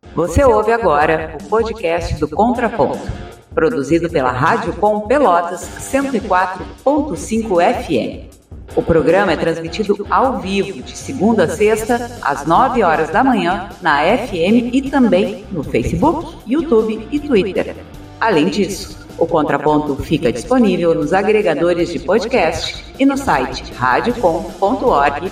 Você ouve agora o podcast do Contraponto, produzido pela Rádio Com Pelotas 104.5 FM. O programa é transmitido ao vivo de segunda a sexta, às 9 horas da manhã, na FM e também no Facebook, YouTube e Twitter. Além disso, o Contraponto fica disponível nos agregadores de podcast e no site radiocom.org.br.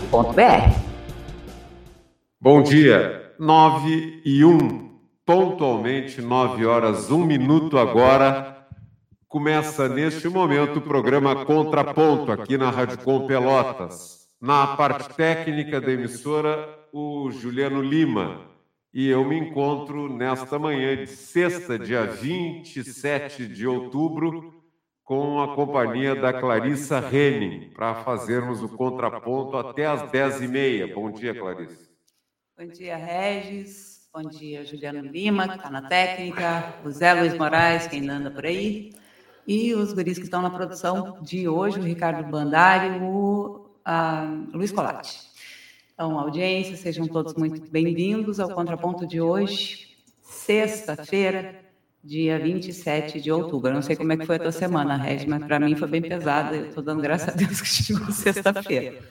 Bom dia, 9:01, pontualmente 9 horas, 1 minuto agora. Começa neste momento o programa Contraponto, aqui na Rádio Com Pelotas. Na parte técnica da emissora, o Juliano Lima. E eu me encontro nesta manhã de sexta, dia 27 de outubro, com a companhia da Clarissa Henning, para fazermos o Contraponto até às 10h30. Bom dia, Clarissa. Bom dia, Regis. Bom dia, Juliano Lima, que está na técnica, o Zé Luiz Moraes, que ainda anda por aí, e os guris que estão na produção de hoje, o Ricardo Bandari e o Luiz Colatti. Então, audiência, sejam todos muito bem-vindos ao Contraponto de hoje, sexta-feira, dia 27 de outubro. Eu não sei como é que foi a tua semana, Regis, mas para mim foi bem pesada. Eu estou dando graças a Deus que chegou sexta-feira.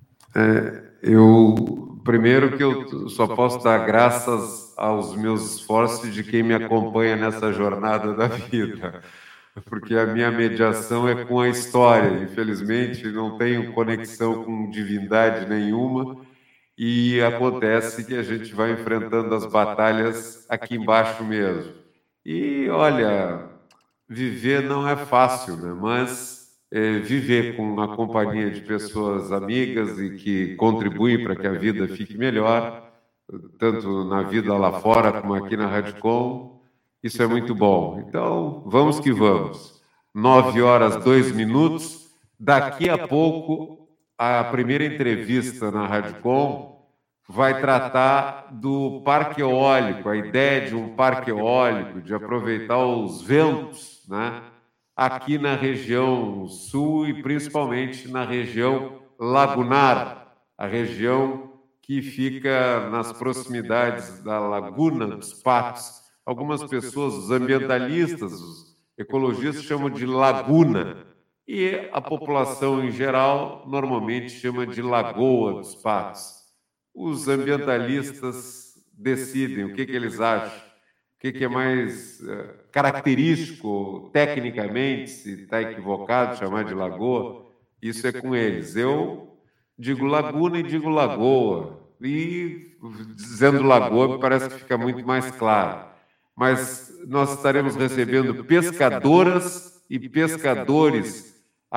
Primeiro que eu só posso dar graças aos meus esforços de quem me acompanha nessa jornada da vida, porque a minha mediação é com a história. Infelizmente, não tenho conexão com divindade nenhuma e acontece que a gente vai enfrentando as batalhas aqui embaixo mesmo. E, olha, viver não é fácil, né? Mas viver com a companhia de pessoas amigas e que contribuem para que a vida fique melhor, tanto na vida lá fora como aqui na Rádio Com, isso é muito bom. Então, vamos que vamos. 9 horas, 2 minutos. Daqui a pouco, a primeira entrevista na Rádio Com vai tratar do parque eólico, a ideia de um parque eólico, de aproveitar os ventos, né? Aqui na região sul e principalmente na região lagunar, a região que fica nas proximidades da Laguna dos Patos. Algumas pessoas, os ambientalistas, os ecologistas chamam de laguna e a população em geral normalmente chama de Lagoa dos Patos. Os ambientalistas decidem o que eles acham. O que é mais característico, tecnicamente, se está equivocado chamar de lagoa, isso é com eles. Eu digo laguna e digo lagoa. E dizendo lagoa me parece que fica muito mais claro. Mas nós estaremos recebendo pescadoras e pescadores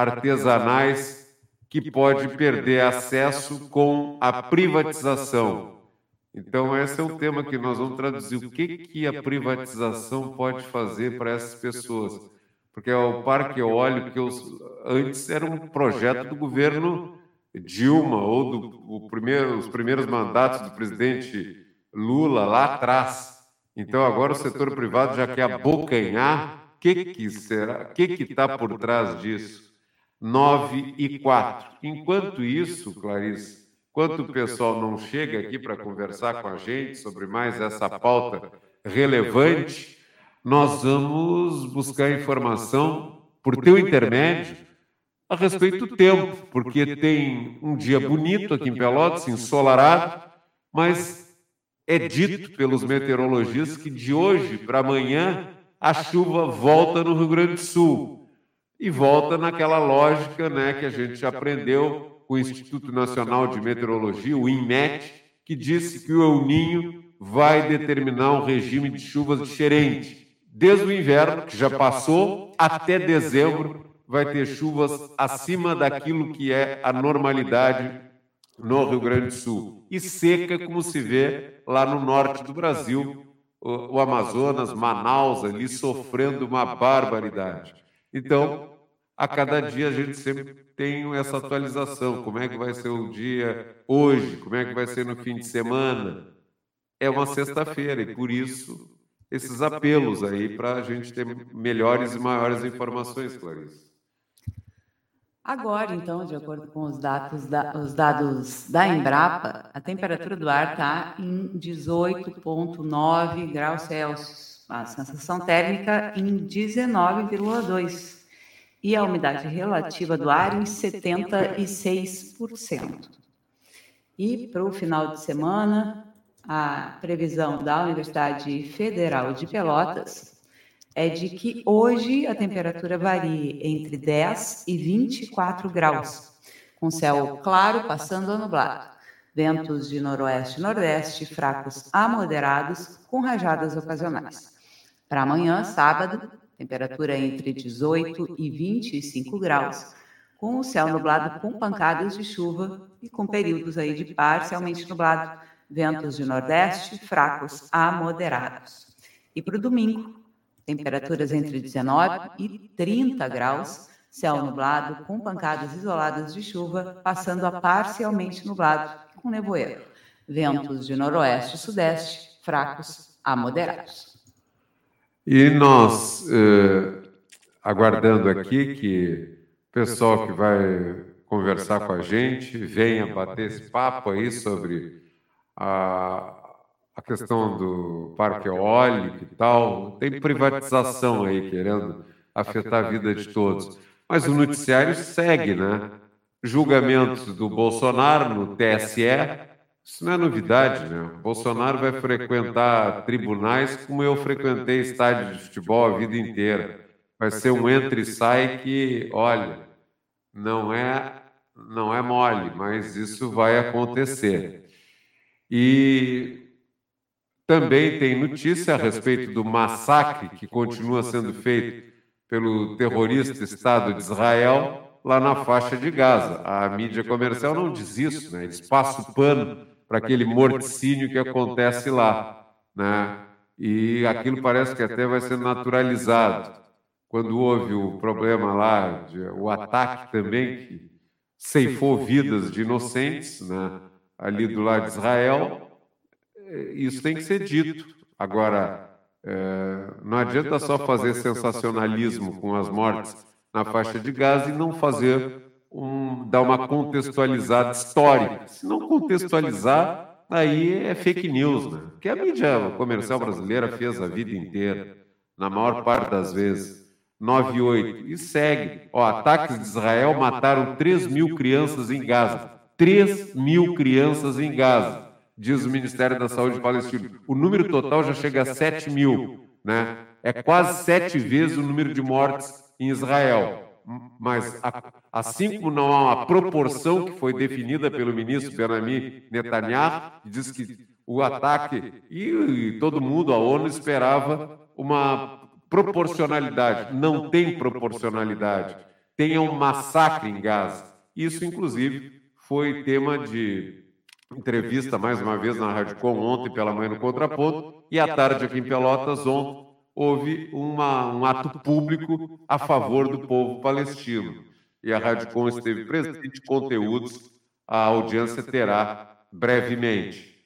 artesanais que podem perder acesso com a privatização. Então, esse é o tema que nós vamos traduzir. O que a privatização pode fazer para essas pessoas? Porque o parque eólico, que antes era um projeto do governo Dilma, ou os primeiros mandatos do presidente Lula lá atrás. Então, agora o setor privado já quer abocanhar. O que será? O que está por trás disso? 9:04. Enquanto isso, Clarice, enquanto o pessoal não chega aqui para conversar com a gente sobre mais essa pauta relevante, nós vamos buscar informação por teu intermédio a respeito do tempo, porque tem um dia bonito aqui em Pelotas, ensolarado, mas é dito pelos meteorologistas que de hoje para amanhã a chuva volta no Rio Grande do Sul e volta naquela lógica, né, que a gente já aprendeu com o Instituto Nacional de Meteorologia, o INMET, que disse que o El Niño vai determinar um regime de chuvas diferente. Desde o inverno, que já passou, até dezembro, vai ter chuvas acima daquilo que é a normalidade no Rio Grande do Sul. E seca, como se vê lá no norte do Brasil, o Amazonas, Manaus, ali sofrendo uma barbaridade. Então, a cada dia a gente sempre tem essa atualização. Como é que vai ser o dia hoje? Como é que vai ser no fim de semana? É uma sexta-feira e, por isso, esses apelos aí para a gente ter melhores e maiores informações, Clarice. Agora, então, de acordo com os dados da Embrapa, a temperatura do ar está em 18,9 graus Celsius, a sensação térmica em 19,2 e a umidade relativa do ar em 76%. E para o final de semana, a previsão da Universidade Federal de Pelotas é de que hoje a temperatura varie entre 10 e 24 graus, com céu claro passando a nublado, ventos de noroeste e nordeste fracos a moderados, com rajadas ocasionais. Para amanhã, sábado, temperatura entre 18 e 25 graus, com o céu nublado com pancadas de chuva e com períodos aí de parcialmente nublado, ventos de nordeste fracos a moderados. E para o domingo, temperaturas entre 19 e 30 graus, céu nublado com pancadas isoladas de chuva, passando a parcialmente nublado com nevoeiro. Ventos de noroeste e sudeste, fracos a moderados. E nós, aguardando aqui que o pessoal que vai conversar com a gente venha bater esse papo aí sobre a questão do parque eólico e tal. Tem privatização aí querendo afetar a vida de todos. Mas o noticiário segue, né? Julgamentos do Bolsonaro no TSE, isso não é novidade, né? O Bolsonaro vai frequentar tribunais como eu frequentei estádio de futebol a vida inteira. Vai ser um entra e sai que, olha, não é mole, mas isso vai acontecer. E também tem notícia a respeito do massacre que continua sendo feito pelo terrorista Estado de Israel lá na faixa de Gaza. A mídia comercial não diz isso, né? Eles passam o pano para aquele morticínio que acontece lá, né? E aquilo parece que até vai ser naturalizado. Quando houve o problema lá, o ataque também que ceifou vidas de inocentes, né? Ali do lado de Israel, isso tem que ser dito. Agora, não adianta só fazer sensacionalismo com as mortes na faixa de Gaza e não fazer dar uma contextualizada histórica. Se não contextualizar, aí é fake news, né? Que a mídia comercial brasileira fez a vida inteira, na maior parte das vezes. 9/8. E segue. Ataques de Israel mataram 3.000 crianças em Gaza. 3.000 crianças em Gaza, diz o Ministério da Saúde palestino. O número total já chega a 7.000, né? É quase 7 vezes o número de mortes em Israel. Mas, assim como não há uma proporção que foi definida pelo ministro Benjamin Netanyahu, que diz que o ataque, e todo mundo, a ONU, esperava uma proporcionalidade. Não tem proporcionalidade. Tem um massacre em Gaza. Isso, inclusive, foi tema de entrevista, mais uma vez, na Rádio Com, ontem pela manhã no Contraponto, e à tarde aqui em Pelotas, ontem, houve um ato público a favor do povo palestino. E a Rádio Com esteve presente, conteúdos a audiência terá brevemente.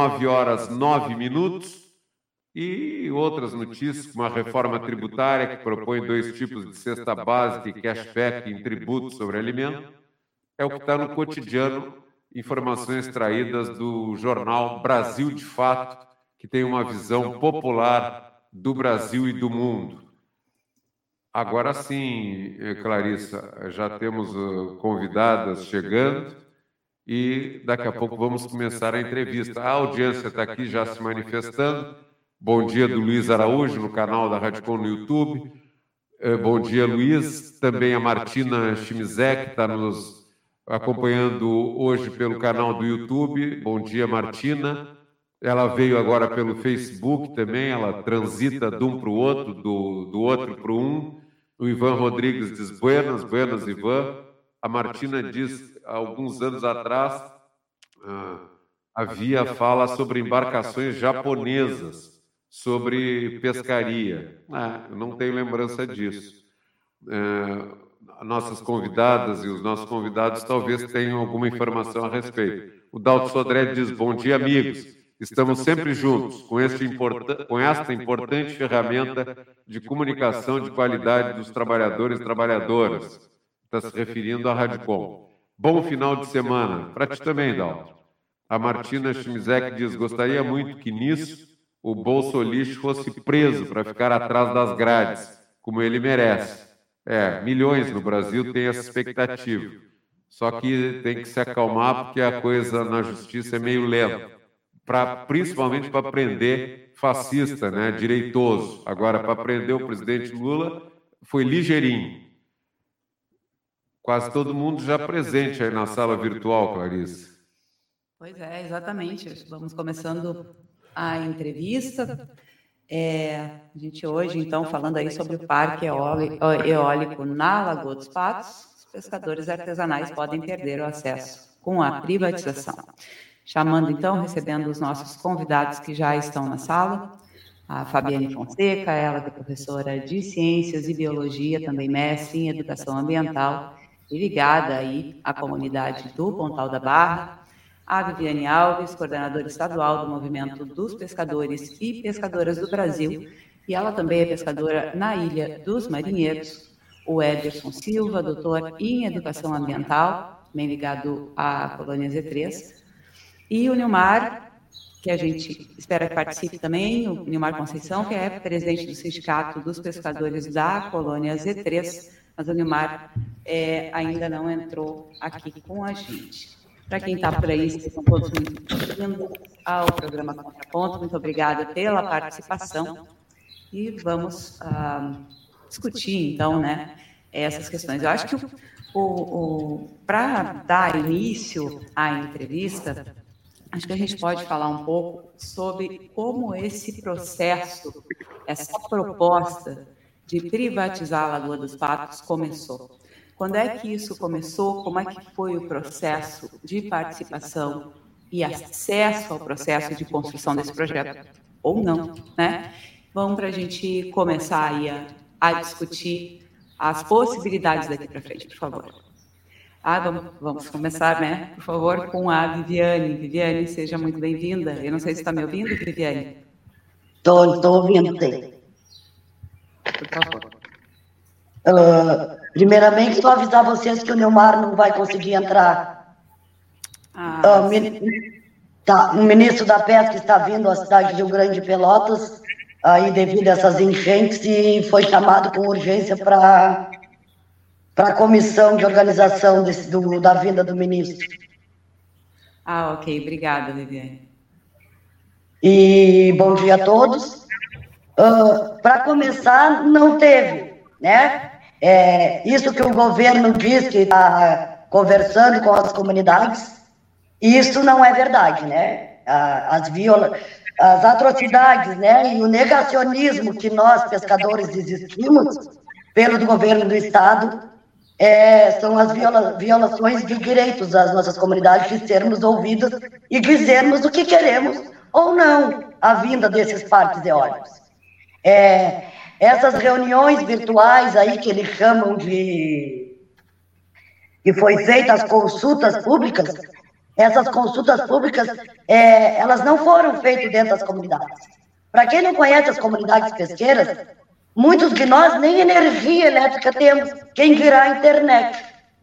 9h09, e outras notícias, como a reforma tributária, que propõe 2 tipos de cesta básica e cashback em tributos sobre alimento, é o que está no cotidiano, informações extraídas do jornal Brasil de Fato, que tem uma visão popular do Brasil e do mundo. Agora sim, Clarissa, já temos convidadas chegando e daqui a pouco vamos começar a entrevista. A audiência está aqui já se manifestando. Bom dia do Luiz Araújo, no canal da Rádio Com no YouTube. Bom dia, Luiz. Também a Martina Chimizek, que está nos acompanhando hoje pelo canal do YouTube. Bom dia, Martina. Ela veio agora pelo Facebook também, ela transita de um para o outro, do outro para um. O Ivan Rodrigues diz buenas, buenas, Ivan. A Martina diz, há alguns anos atrás, havia fala sobre embarcações japonesas, sobre pescaria. Eu não tenho lembrança disso. Nossas convidadas e os nossos convidados talvez tenham alguma informação a respeito. O Dalton Sodré diz, bom dia, amigos. Estamos sempre juntos com esta importante ferramenta de comunicação de qualidade dos trabalhadores e trabalhadoras. está se referindo à Radicom. Bom final de semana. Para ti também, Dalton. A Martina Schmizek diz, gostaria muito que nisso o Bolsolixo fosse preso para ficar atrás das grades, como ele merece. Milhões no Brasil têm essa expectativa. Só que tem que se acalmar porque a coisa na justiça é meio lenta. Principalmente para prender fascista, né, direitoso. Agora, para prender o presidente Lula, foi ligeirinho. Quase todo mundo já presente aí na sala virtual, Clarice. Pois é, exatamente. Vamos começando a entrevista. A gente hoje, então, falando aí sobre o parque eólico na Lagoa dos Patos, os pescadores artesanais podem perder o acesso com a privatização. Chamando, então, recebendo os nossos convidados que já estão na sala, a Fabiane Fonseca, ela que é professora de Ciências e Biologia, também mestre em Educação Ambiental e ligada aí à comunidade do Pontal da Barra, a Viviane Alves, coordenadora estadual do Movimento dos Pescadores e Pescadoras do Brasil, e ela também é pescadora na Ilha dos Marinheiros, o Ederson Silva, doutor em Educação Ambiental, também ligado à Colônia Z3, e o Nilmar, que a gente espera que participe também, o Nilmar Conceição, que é presidente do Sindicato dos Pescadores da Colônia Z3, mas o Nilmar ainda não entrou aqui com a gente. Para quem está por aí, sejam todos muito bem-vindos ao programa Contraponto. Muito obrigada pela participação. E vamos discutir, então, né, essas questões. Eu acho que para dar início à entrevista, acho que a gente pode falar um pouco sobre como esse processo, essa proposta de privatizar a Lagoa dos Patos começou. Quando é que isso começou? Como é que foi o processo de participação e acesso ao processo de construção desse projeto? Ou não, né? Vamos para a gente começar aí a discutir as possibilidades daqui para frente, por favor. Vamos começar, né? Por favor, com a Viviane. Viviane, seja muito bem-vinda. Eu não sei se está me ouvindo, Viviane. Estou ouvindo, sim. Por favor. Primeiramente, só avisar vocês que o Nilmar não vai conseguir entrar. O ministro da Pesca está vindo à cidade de Rio Grande de Pelotas, aí devido a essas enchentes, e foi chamado com urgência para a comissão de organização da vinda do ministro. Ok. Obrigada, Viviane. E bom dia a todos. Para começar, não teve, né? Isso que o governo diz que está conversando com as comunidades, isso não é verdade, né? As atrocidades, né, e o negacionismo que nós, pescadores, desistimos pelo governo do Estado, são as violações de direitos das nossas comunidades de sermos ouvidas e dizermos o que queremos ou não a vinda desses parques eólicos. Essas reuniões virtuais aí que eles chamam que foi feitas as consultas públicas, essas consultas públicas, elas não foram feitas dentro das comunidades. Para quem não conhece as comunidades pesqueiras, muitos de nós nem energia elétrica temos, quem dirá a internet.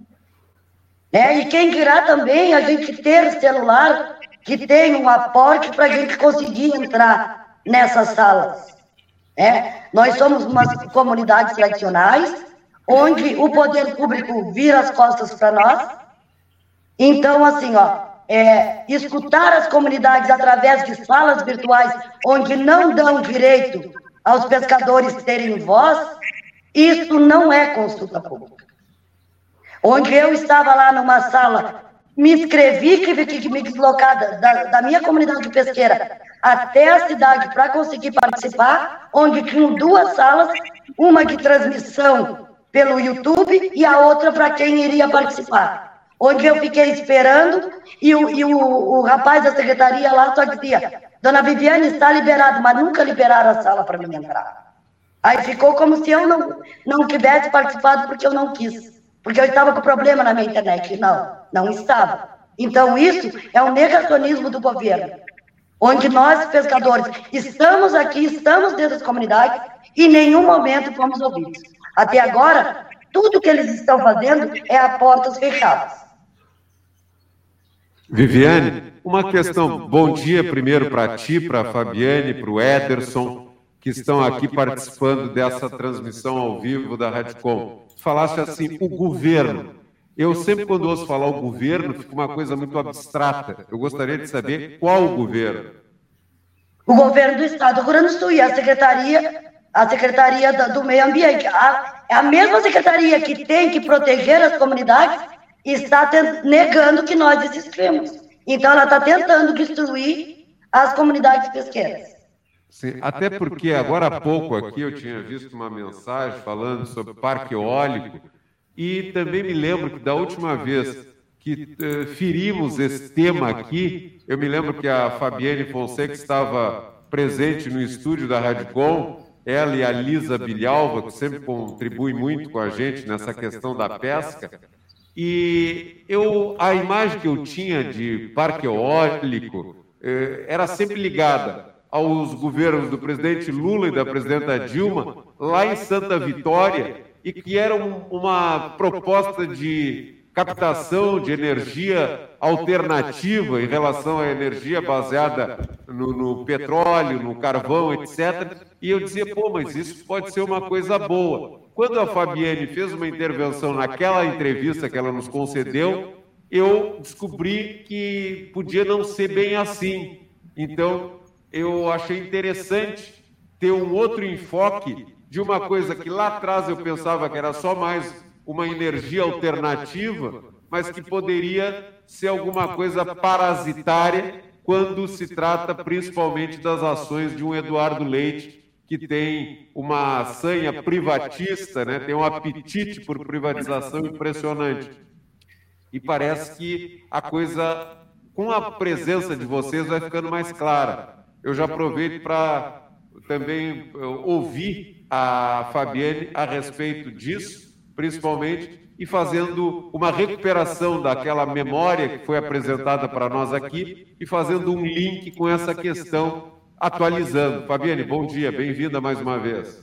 E quem dirá também a gente ter celular que tem um aporte para a gente conseguir entrar nessas salas. Nós somos umas comunidades tradicionais, onde o poder público vira as costas para nós. Então, assim, escutar as comunidades através de salas virtuais, onde não dão direito aos pescadores terem voz, isso não é consulta pública. Onde eu estava lá numa sala, me inscrevi, tive que me deslocar da minha comunidade pesqueira até a cidade para conseguir participar, onde tinham duas salas, uma de transmissão pelo YouTube e a outra para quem iria participar. Onde eu fiquei esperando e o rapaz da secretaria lá só dizia: Dona Viviane, está liberado, mas nunca liberaram a sala para mim entrar. Aí ficou como se eu não tivesse participado porque eu não quis. Porque eu estava com problema na minha internet. Não estava. Então, isso é um negacionismo do governo, onde nós, pescadores, estamos aqui, estamos dentro das comunidades e em nenhum momento fomos ouvidos. Até agora, tudo que eles estão fazendo é a portas fechadas. Viviane, uma questão. Bom dia primeiro para ti, para a Fabiane, para o Ederson, que estão aqui participando dessa transmissão ao vivo da Radicom. Falaste assim, o governo. Eu sempre, quando ouço falar o governo, fica uma coisa muito abstrata. Eu gostaria de saber qual o governo. O governo do Estado do Rio Grande do Sul e a Secretaria do Meio Ambiente. A mesma secretaria que tem que proteger as comunidades está negando que nós existimos. Então, ela está tentando destruir as comunidades pesqueiras. Sim, até porque agora há pouco aqui eu tinha visto uma mensagem falando sobre parque eólico e também me lembro que da última vez que ferimos esse tema aqui, eu me lembro que a Fabiane Fonseca estava presente no estúdio da Radicom, ela e a Lisa Bilhalva, que sempre contribui muito com a gente nessa questão da pesca. E a imagem que eu tinha de parque eólico era sempre ligada aos governos do presidente Lula e da presidenta Dilma, lá em Santa Vitória, e que era uma proposta de captação de energia alternativa em relação à energia baseada no petróleo, no carvão, etc. E eu dizia, pô, mas isso pode ser uma coisa boa. Quando a Fabiane fez uma intervenção naquela entrevista que ela nos concedeu, eu descobri que podia não ser bem assim. Então, eu achei interessante ter um outro enfoque de uma coisa que lá atrás eu pensava que era só mais uma energia alternativa, mas que poderia ser alguma coisa parasitária quando se trata principalmente das ações de um Eduardo Leite, que tem uma sanha privatista, né? Tem um apetite por privatização impressionante. E parece que a coisa, com a presença de vocês, vai ficando mais clara. Eu já aproveito para também ouvir a Fabiane a respeito disso, principalmente, e fazendo uma recuperação daquela memória que foi apresentada para nós aqui e fazendo um link com essa questão, atualizando. Fabiane, bom dia, bem-vinda mais uma vez.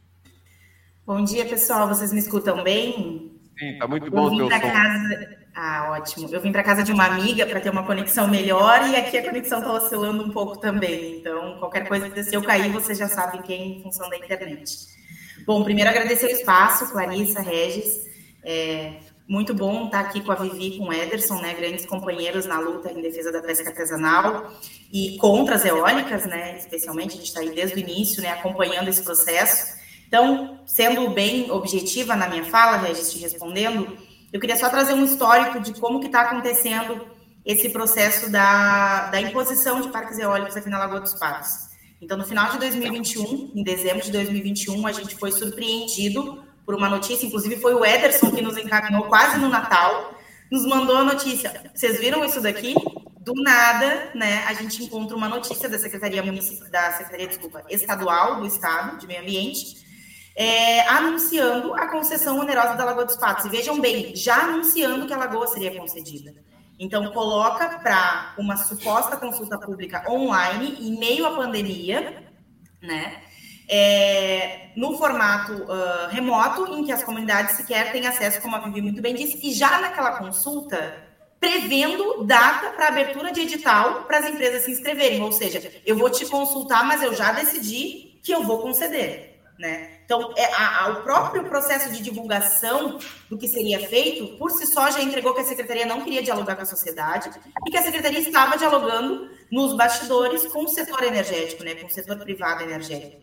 Bom dia, pessoal, vocês me escutam bem? Sim, está muito bom o teu som. Ótimo. Eu vim para casa de uma amiga para ter uma conexão melhor e aqui a conexão está oscilando um pouco também. Então, qualquer coisa, se eu cair, vocês já sabem que é em função da internet. Bom, primeiro agradecer o espaço, Clarissa, Regis. Muito bom estar aqui com a Vivi e com o Ederson, né, grandes companheiros na luta em defesa da pesca artesanal e contra as eólicas, né, especialmente, a gente está aí desde o início, né, acompanhando esse processo. Então, sendo bem objetiva na minha fala, Regis, te respondendo, eu queria só trazer um histórico de como que está acontecendo esse processo da imposição de parques eólicos aqui na Lagoa dos Patos. Então, no final de 2021, em dezembro de 2021, a gente foi surpreendido por uma notícia, inclusive foi o Ederson que nos encaminhou quase no Natal, nos mandou a notícia. Vocês viram isso daqui? Do nada, né, a gente encontra uma notícia da Secretaria Estadual do Estado de Meio Ambiente, anunciando a concessão onerosa da Lagoa dos Patos. E vejam bem, já anunciando que a lagoa seria concedida. Então, coloca para uma suposta consulta pública online, em meio à pandemia, né? No formato remoto, em que as comunidades sequer têm acesso, como a Vivi muito bem disse, e já naquela consulta, prevendo data para abertura de edital para as empresas se inscreverem. Ou seja, eu vou te consultar, mas eu já decidi que eu vou conceder, né? Então, o próprio processo de divulgação do que seria feito, por si só, já entregou que a Secretaria não queria dialogar com a sociedade e que a Secretaria estava dialogando nos bastidores com o setor energético, né, com o setor privado energético.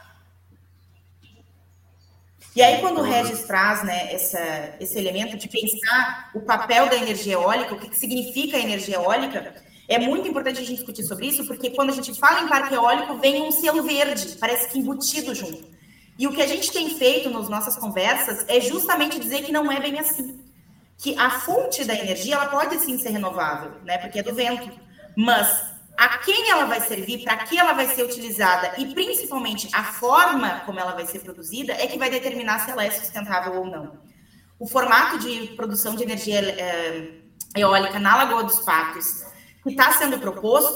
E aí, quando o Regis traz, né, esse elemento de pensar o papel da energia eólica, o que significa a energia eólica, é muito importante a gente discutir sobre isso, porque quando a gente fala em parque eólico, vem um selo verde, parece que embutido junto. E o que a gente tem feito nas nossas conversas é justamente dizer que não é bem assim. Que a fonte da energia, ela pode sim ser renovável, né, porque é do vento, mas a quem ela vai servir, para que ela vai ser utilizada e principalmente a forma como ela vai ser produzida é que vai determinar se ela é sustentável ou não. O formato de produção de energia eólica na Lagoa dos Patos que está sendo proposto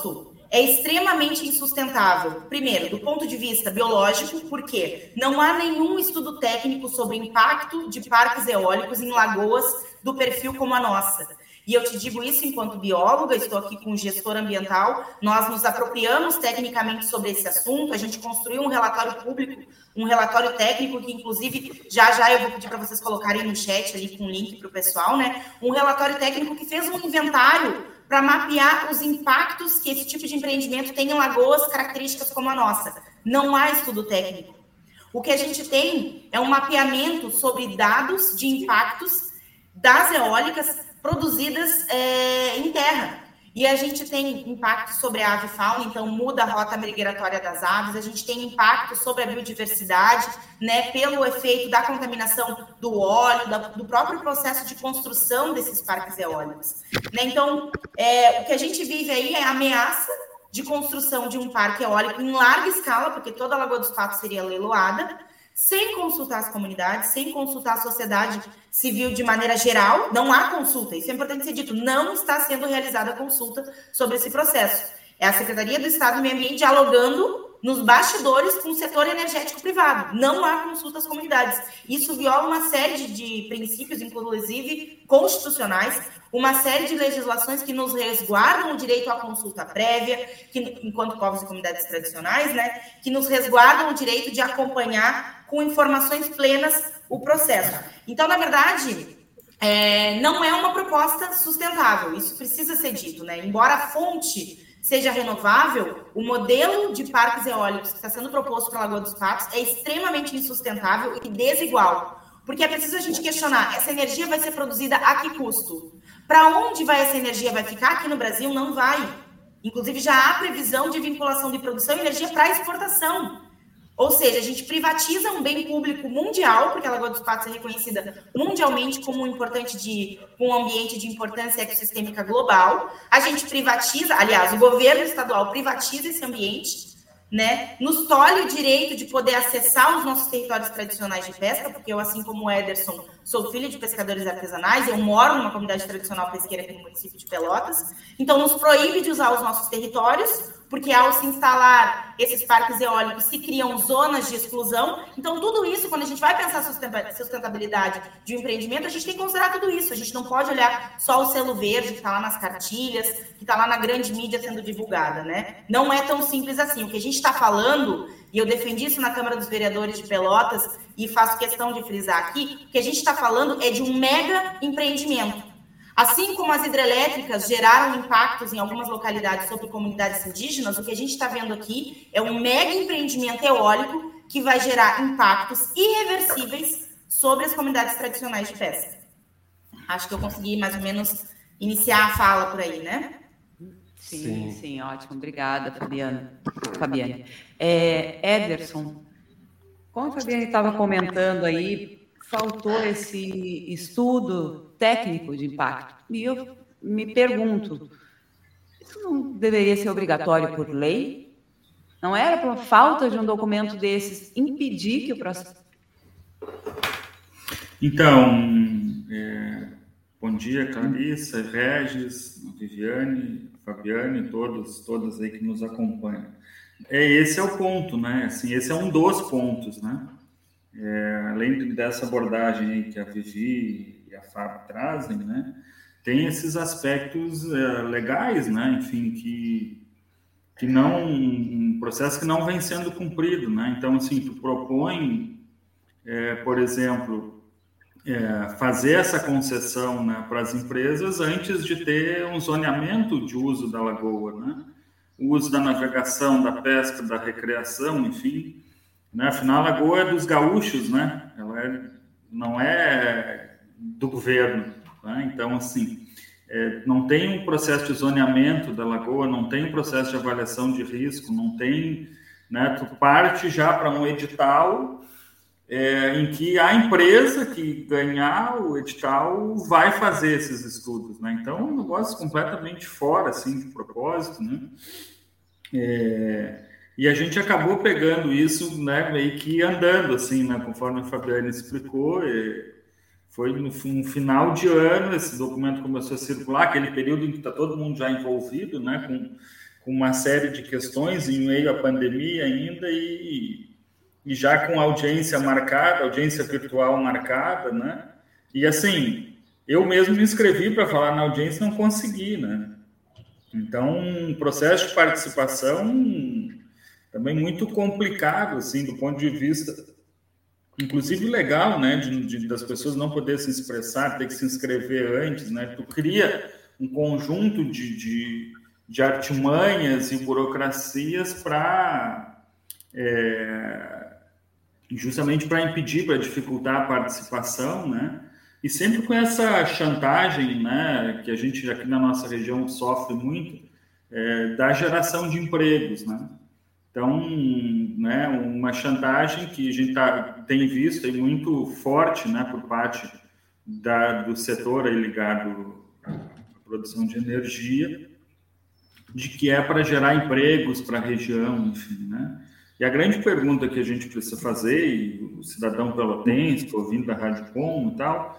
é extremamente insustentável. Primeiro, do ponto de vista biológico, porque não há nenhum estudo técnico sobre o impacto de parques eólicos em lagoas do perfil como a nossa. E eu te digo isso enquanto bióloga, estou aqui com um gestor ambiental, nós nos apropriamos tecnicamente sobre esse assunto, a gente construiu um relatório público, um relatório técnico, que inclusive já eu vou pedir para vocês colocarem no chat ali com o link para o pessoal, né? Um relatório técnico que fez um inventário para mapear os impactos que esse tipo de empreendimento tem em lagoas características como a nossa. Não há estudo técnico. O que a gente tem é um mapeamento sobre dados de impactos das eólicas produzidas em terra. E a gente tem impacto sobre a avifauna, então muda a rota migratória das aves, a gente tem impacto sobre a biodiversidade, né, pelo efeito da contaminação do óleo, do próprio processo de construção desses parques eólicos. Né? Então, o que a gente vive aí é a ameaça de construção de um parque eólico em larga escala, porque toda a Lagoa dos Patos seria leiloada, sem consultar as comunidades, sem consultar a sociedade civil de maneira geral. Não há consulta, isso é importante ser dito, não está sendo realizada consulta sobre esse processo. É a Secretaria do Estado do Meio Ambiente dialogando nos bastidores com o setor energético privado. Não há consulta às comunidades. Isso viola uma série de princípios, inclusive constitucionais, uma série de legislações que nos resguardam o direito à consulta prévia, que, enquanto povos e comunidades tradicionais, né, que nos resguardam o direito de acompanhar com informações plenas o processo. Então, na verdade, não é uma proposta sustentável, isso precisa ser dito, né? Embora a fonte seja renovável, o modelo de parques eólicos que está sendo proposto para a Lagoa dos Patos é extremamente insustentável e desigual, porque é preciso a gente questionar, essa energia vai ser produzida a que custo? Para onde vai essa energia? Vai ficar aqui no Brasil? Não vai. Inclusive, já há previsão de vinculação de produção e energia para exportação. Ou seja, a gente privatiza um bem público mundial, porque a Lagoa dos Patos é reconhecida mundialmente como um ambiente de importância ecossistêmica global. A gente privatiza, aliás, o governo estadual privatiza esse ambiente, né? Nos tolhe o direito de poder acessar os nossos territórios tradicionais de pesca, porque eu, assim como o Ederson, sou filho de pescadores artesanais, eu moro numa comunidade tradicional pesqueira aqui no município de Pelotas, então nos proíbe de usar os nossos territórios, porque ao se instalar esses parques eólicos se criam zonas de exclusão. Então, tudo isso, quando a gente vai pensar sustentabilidade de um empreendimento, a gente tem que considerar tudo isso. A gente não pode olhar só o selo verde que está lá nas cartilhas, que está lá na grande mídia sendo divulgada, né? Não é tão simples assim. O que a gente está falando, e eu defendi isso na Câmara dos Vereadores de Pelotas, e faço questão de frisar aqui, o que a gente está falando é de um mega empreendimento. Assim como as hidrelétricas geraram impactos em algumas localidades sobre comunidades indígenas, o que a gente está vendo aqui é um mega empreendimento eólico que vai gerar impactos irreversíveis sobre as comunidades tradicionais de pesca. Acho que eu consegui mais ou menos iniciar a fala por aí, né? Sim, ótimo. Obrigada, Fabiane. Ederson, como a Fabiane estava comentando aí, faltou esse estudo técnico de impacto. E eu me pergunto, isso não deveria ser obrigatório por lei? Não era por falta de um documento desses impedir que o processo... Então, bom dia, Clarissa, Regis, Viviane, Fabiane, todas aí que nos acompanham. Esse é o ponto, né? Assim, esse é um dos pontos, né? Além dessa abordagem aí que a Vivi e a Fábio trazem, né, tem esses aspectos legais, né, enfim, que não, um processo que não vem sendo cumprido, né. Então, assim, tu propõe, por exemplo, fazer essa concessão, né, para as empresas antes de ter um zoneamento de uso da lagoa, né, o uso da navegação, da pesca, da recreação, enfim. Né? Afinal, a lagoa é dos gaúchos, né? Ela não é do governo. Né? Então, assim, não tem um processo de zoneamento da lagoa, não tem um processo de avaliação de risco, não tem... Né? Tu parte já para um edital em que a empresa que ganhar o edital vai fazer esses estudos. Né? Então, é um negócio completamente fora assim, de propósito, né? E a gente acabou pegando isso, né, meio que andando, assim, né, conforme a Fabiane explicou. Foi no final de ano, esse documento começou a circular, aquele período em que está todo mundo já envolvido, né, com uma série de questões em meio à pandemia ainda e já com audiência marcada, audiência virtual marcada, né? E assim, eu mesmo me inscrevi para falar na audiência e não consegui, né? Então, um processo de participação também muito complicado, assim, do ponto de vista, inclusive legal, né? Das pessoas não poderem se expressar, ter que se inscrever antes, né? Tu cria um conjunto de artimanhas e burocracias para justamente para impedir, para dificultar a participação, né? E sempre com essa chantagem, né, que a gente aqui na nossa região sofre muito, da geração de empregos, né? Então, né, uma chantagem que a gente tem visto aí muito forte, né, por parte do setor aí ligado à produção de energia, de que é para gerar empregos para a região, enfim, né? E a grande pergunta que a gente precisa fazer, e o cidadão pelotense, ouvindo da Rádio Com e tal,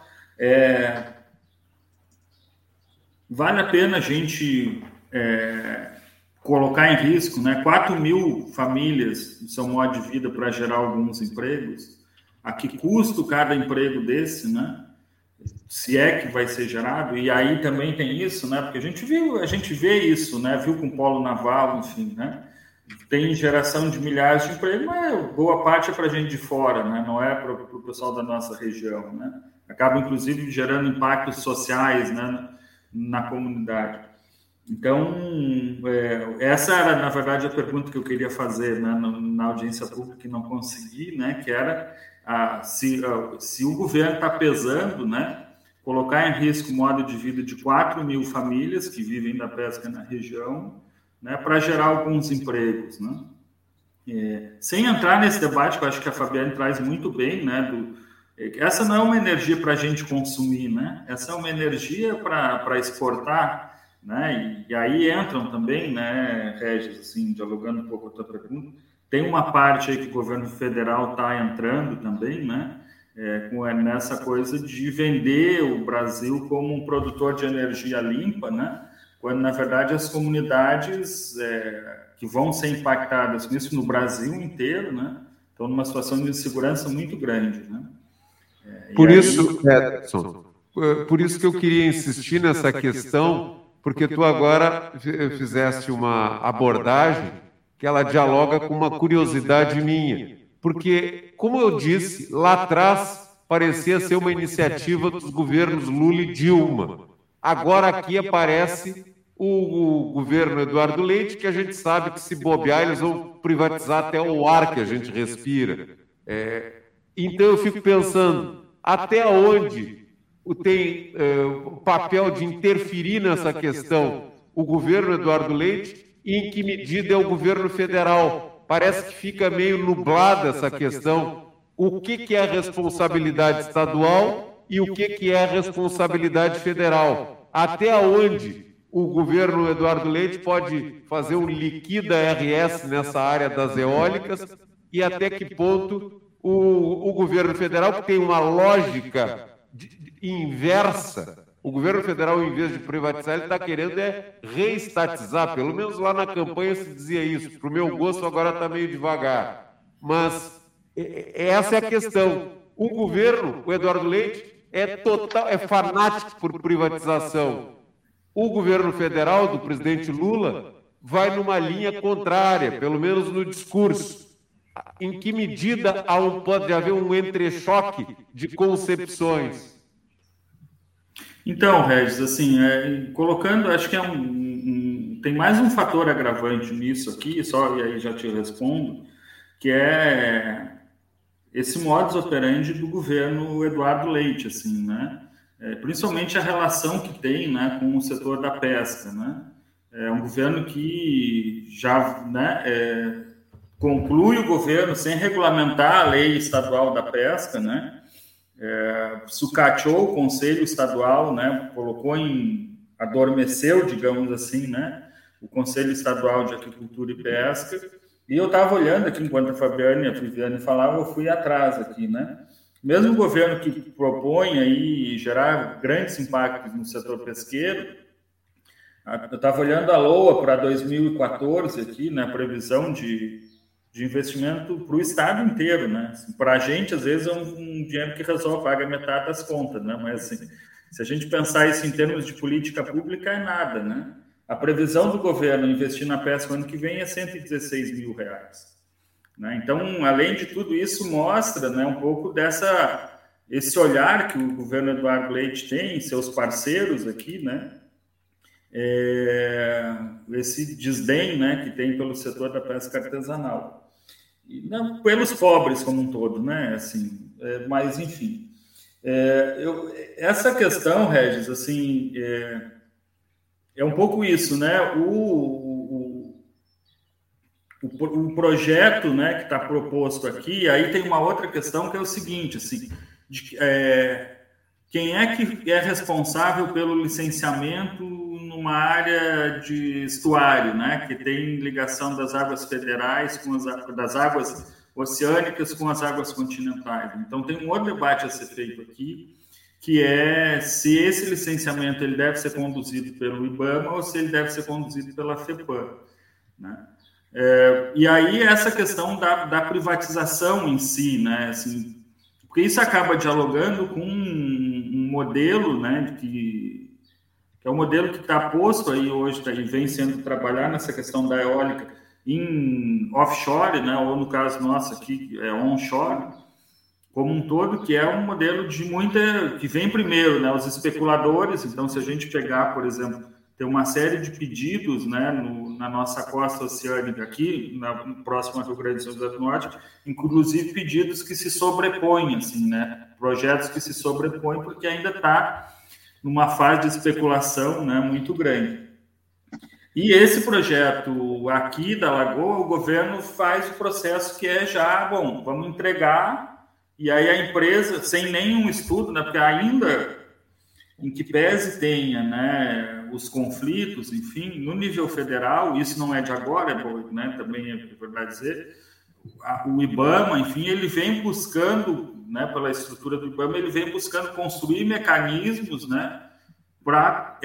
vale a pena a gente colocar em risco, né, 4 mil famílias no seu modo de vida para gerar alguns empregos? A que custo cada emprego desse, né? Se é que vai ser gerado? E aí também tem isso, né? Porque a gente vê isso, né? Viu com o polo naval, enfim, né? Tem geração de milhares de empregos, mas boa parte é para gente de fora, né? Não é para o pessoal da nossa região, né? Acaba, inclusive, gerando impactos sociais, né, na comunidade. Então, essa era, na verdade, a pergunta que eu queria fazer, né, na audiência pública e não consegui, né, que era se o governo está pesando, né, colocar em risco o modo de vida de 4 mil famílias que vivem da pesca na região, né, para gerar alguns empregos, né? Sem entrar nesse debate, que eu acho que a Fabiane traz muito bem, né, essa não é uma energia para a gente consumir, né? Essa é uma energia para exportar, né? E aí entram também, né, Regis, assim, dialogando um pouco com a tua pergunta, tem uma parte aí que o governo federal está entrando também, né? Nessa coisa de vender o Brasil como um produtor de energia limpa, né? Quando, na verdade, as comunidades que vão ser impactadas com isso no Brasil inteiro, né, estão numa situação de insegurança muito grande, né? Por isso, Edson, por isso que eu queria insistir nessa questão, porque tu agora fizeste uma abordagem que ela dialoga com uma curiosidade minha. Porque, como eu disse, lá atrás parecia ser uma iniciativa dos governos Lula e Dilma. Agora aqui aparece o governo Eduardo Leite, que a gente sabe que se bobear eles vão privatizar até o ar que a gente respira. Então eu fico pensando, até onde tem o papel de interferir nessa questão o governo Eduardo Leite e em que medida é o governo federal? Parece que fica meio nublada essa questão. O que é a responsabilidade estadual e o que é a responsabilidade federal? Até onde o governo Eduardo Leite pode fazer um liquida RS nessa área das eólicas e até que ponto o governo federal, que tem uma lógica inversa, o governo federal, em vez de privatizar, ele está querendo reestatizar, pelo menos lá na campanha se dizia isso. Para o meu gosto, agora está meio devagar. Mas essa é a questão. O governo, o Eduardo Leite, é fanático por privatização. O governo federal, do presidente Lula, vai numa linha contrária, pelo menos no discurso. Em que medida pode haver um entrechoque de concepções? Então, Regis, assim, colocando, acho que tem mais um fator agravante nisso aqui, e aí já te respondo, que é esse modus operandi do governo Eduardo Leite, assim, né? Principalmente a relação que tem, né, com o setor da pesca, né? É um governo que já, né, conclui o governo sem regulamentar a lei estadual da pesca, né? Sucateou o Conselho Estadual, né? Adormeceu, digamos assim, né? O Conselho Estadual de Agricultura e Pesca. E eu estava olhando aqui, enquanto a Fabiane e a Viviane falavam, eu fui atrás aqui, né? Mesmo o governo que propõe aí gerar grandes impactos no setor pesqueiro, Eu estava olhando a LOA para 2014 aqui, né, previsão de investimento para o estado inteiro, né? Assim, para a gente, às vezes, é um dinheiro que resolve, paga metade das contas, né? Mas, assim, se a gente pensar isso em termos de política pública, é nada, né? A previsão do governo investir na pesca no ano que vem é R$116 mil, né? Então, além de tudo isso, mostra, né, um pouco esse olhar que o governo Eduardo Leite tem, seus parceiros aqui, né? Esse desdém, né, que tem pelo setor da pesca artesanal. E, não, pelos pobres como um todo, né? Assim, mas, enfim. Essa questão, Regis, assim, é um pouco isso, né? O projeto, né, que está proposto aqui, aí tem uma outra questão que é o seguinte, assim, quem é que é responsável pelo licenciamento numa área de estuário, né, que tem ligação das águas federais das águas oceânicas com as águas continentais. Então, tem um outro debate a ser feito aqui, que é se esse licenciamento ele deve ser conduzido pelo IBAMA ou se ele deve ser conduzido pela FEPAM, né? E aí essa questão da privatização em si, né, assim, porque isso acaba dialogando com um modelo, né, que é um modelo que está posto aí hoje, e vem sendo trabalhado nessa questão da eólica em offshore, né, ou no caso nosso aqui, onshore, como um todo, que é um modelo que vem primeiro, né, os especuladores. Então, se a gente pegar, por exemplo, tem uma série de pedidos, né, na nossa costa oceânica aqui, próximo ao Rio Grande do Norte, inclusive pedidos que se sobrepõem, assim, né, projetos que se sobrepõem, porque ainda está numa fase de especulação, né, muito grande. E esse projeto aqui da Lagoa, o governo faz o processo que é já, bom, vamos entregar, e aí a empresa, sem nenhum estudo, né, porque ainda, em que pese tenha, né, os conflitos, enfim, no nível federal, isso não é de agora, né, também é verdade dizer, o IBAMA, enfim, ele vem buscando, né, pela estrutura do IBAMA, ele vem buscando construir mecanismos, né, para...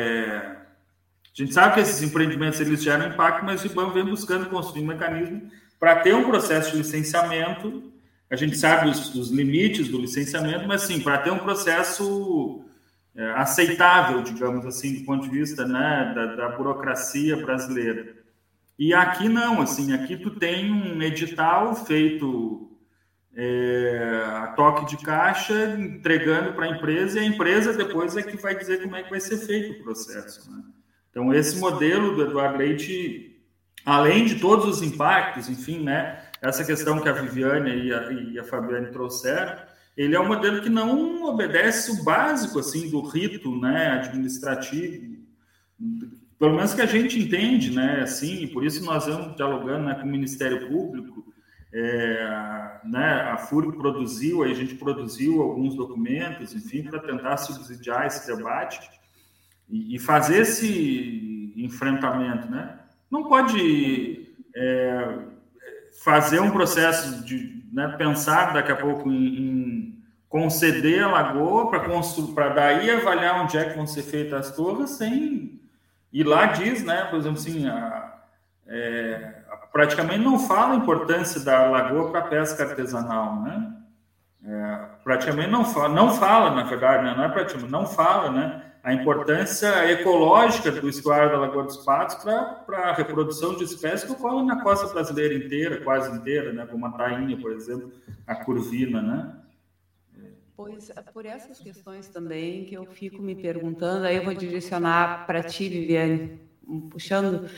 A gente sabe que esses empreendimentos eles geram impacto, mas o IBAMA vem buscando construir um mecanismo para ter um processo de licenciamento. A gente sabe os limites do licenciamento, mas sim, para ter um processo aceitável, digamos assim, do ponto de vista, né, da burocracia brasileira. E aqui não, assim, aqui tu tem um edital feito a toque de caixa, entregando para a empresa, e a empresa depois é que vai dizer como é que vai ser feito o processo, né? Então, esse modelo do Eduardo Leite, além de todos os impactos, enfim, né, essa questão que a Viviane e a Fabiane trouxeram, ele é um modelo que não obedece o básico, assim, do rito, né, administrativo, pelo menos que a gente entende, né, assim, e por isso nós vamos dialogando, né, com o Ministério Público, né, a FURG produziu, a gente produziu alguns documentos, enfim, para tentar subsidiar esse debate, e fazer esse enfrentamento, né? Não pode fazer um processo de, né, pensar daqui a pouco em conceder a lagoa para daí avaliar onde é que vão ser feitas as torres, sem... E lá diz, né, por exemplo, assim, praticamente não fala a importância da lagoa para a pesca artesanal, né? Praticamente não fala, na verdade, né? Não é praticamente, não fala, né, a importância ecológica do estuário da Lagoa dos Patos para a reprodução de espécies que ocorrem na costa brasileira inteira, quase inteira, né, como a tainha, por exemplo, a curvina, né? Pois, por essas questões também que eu fico me perguntando, aí eu vou direcionar para ti, Viviane, puxando,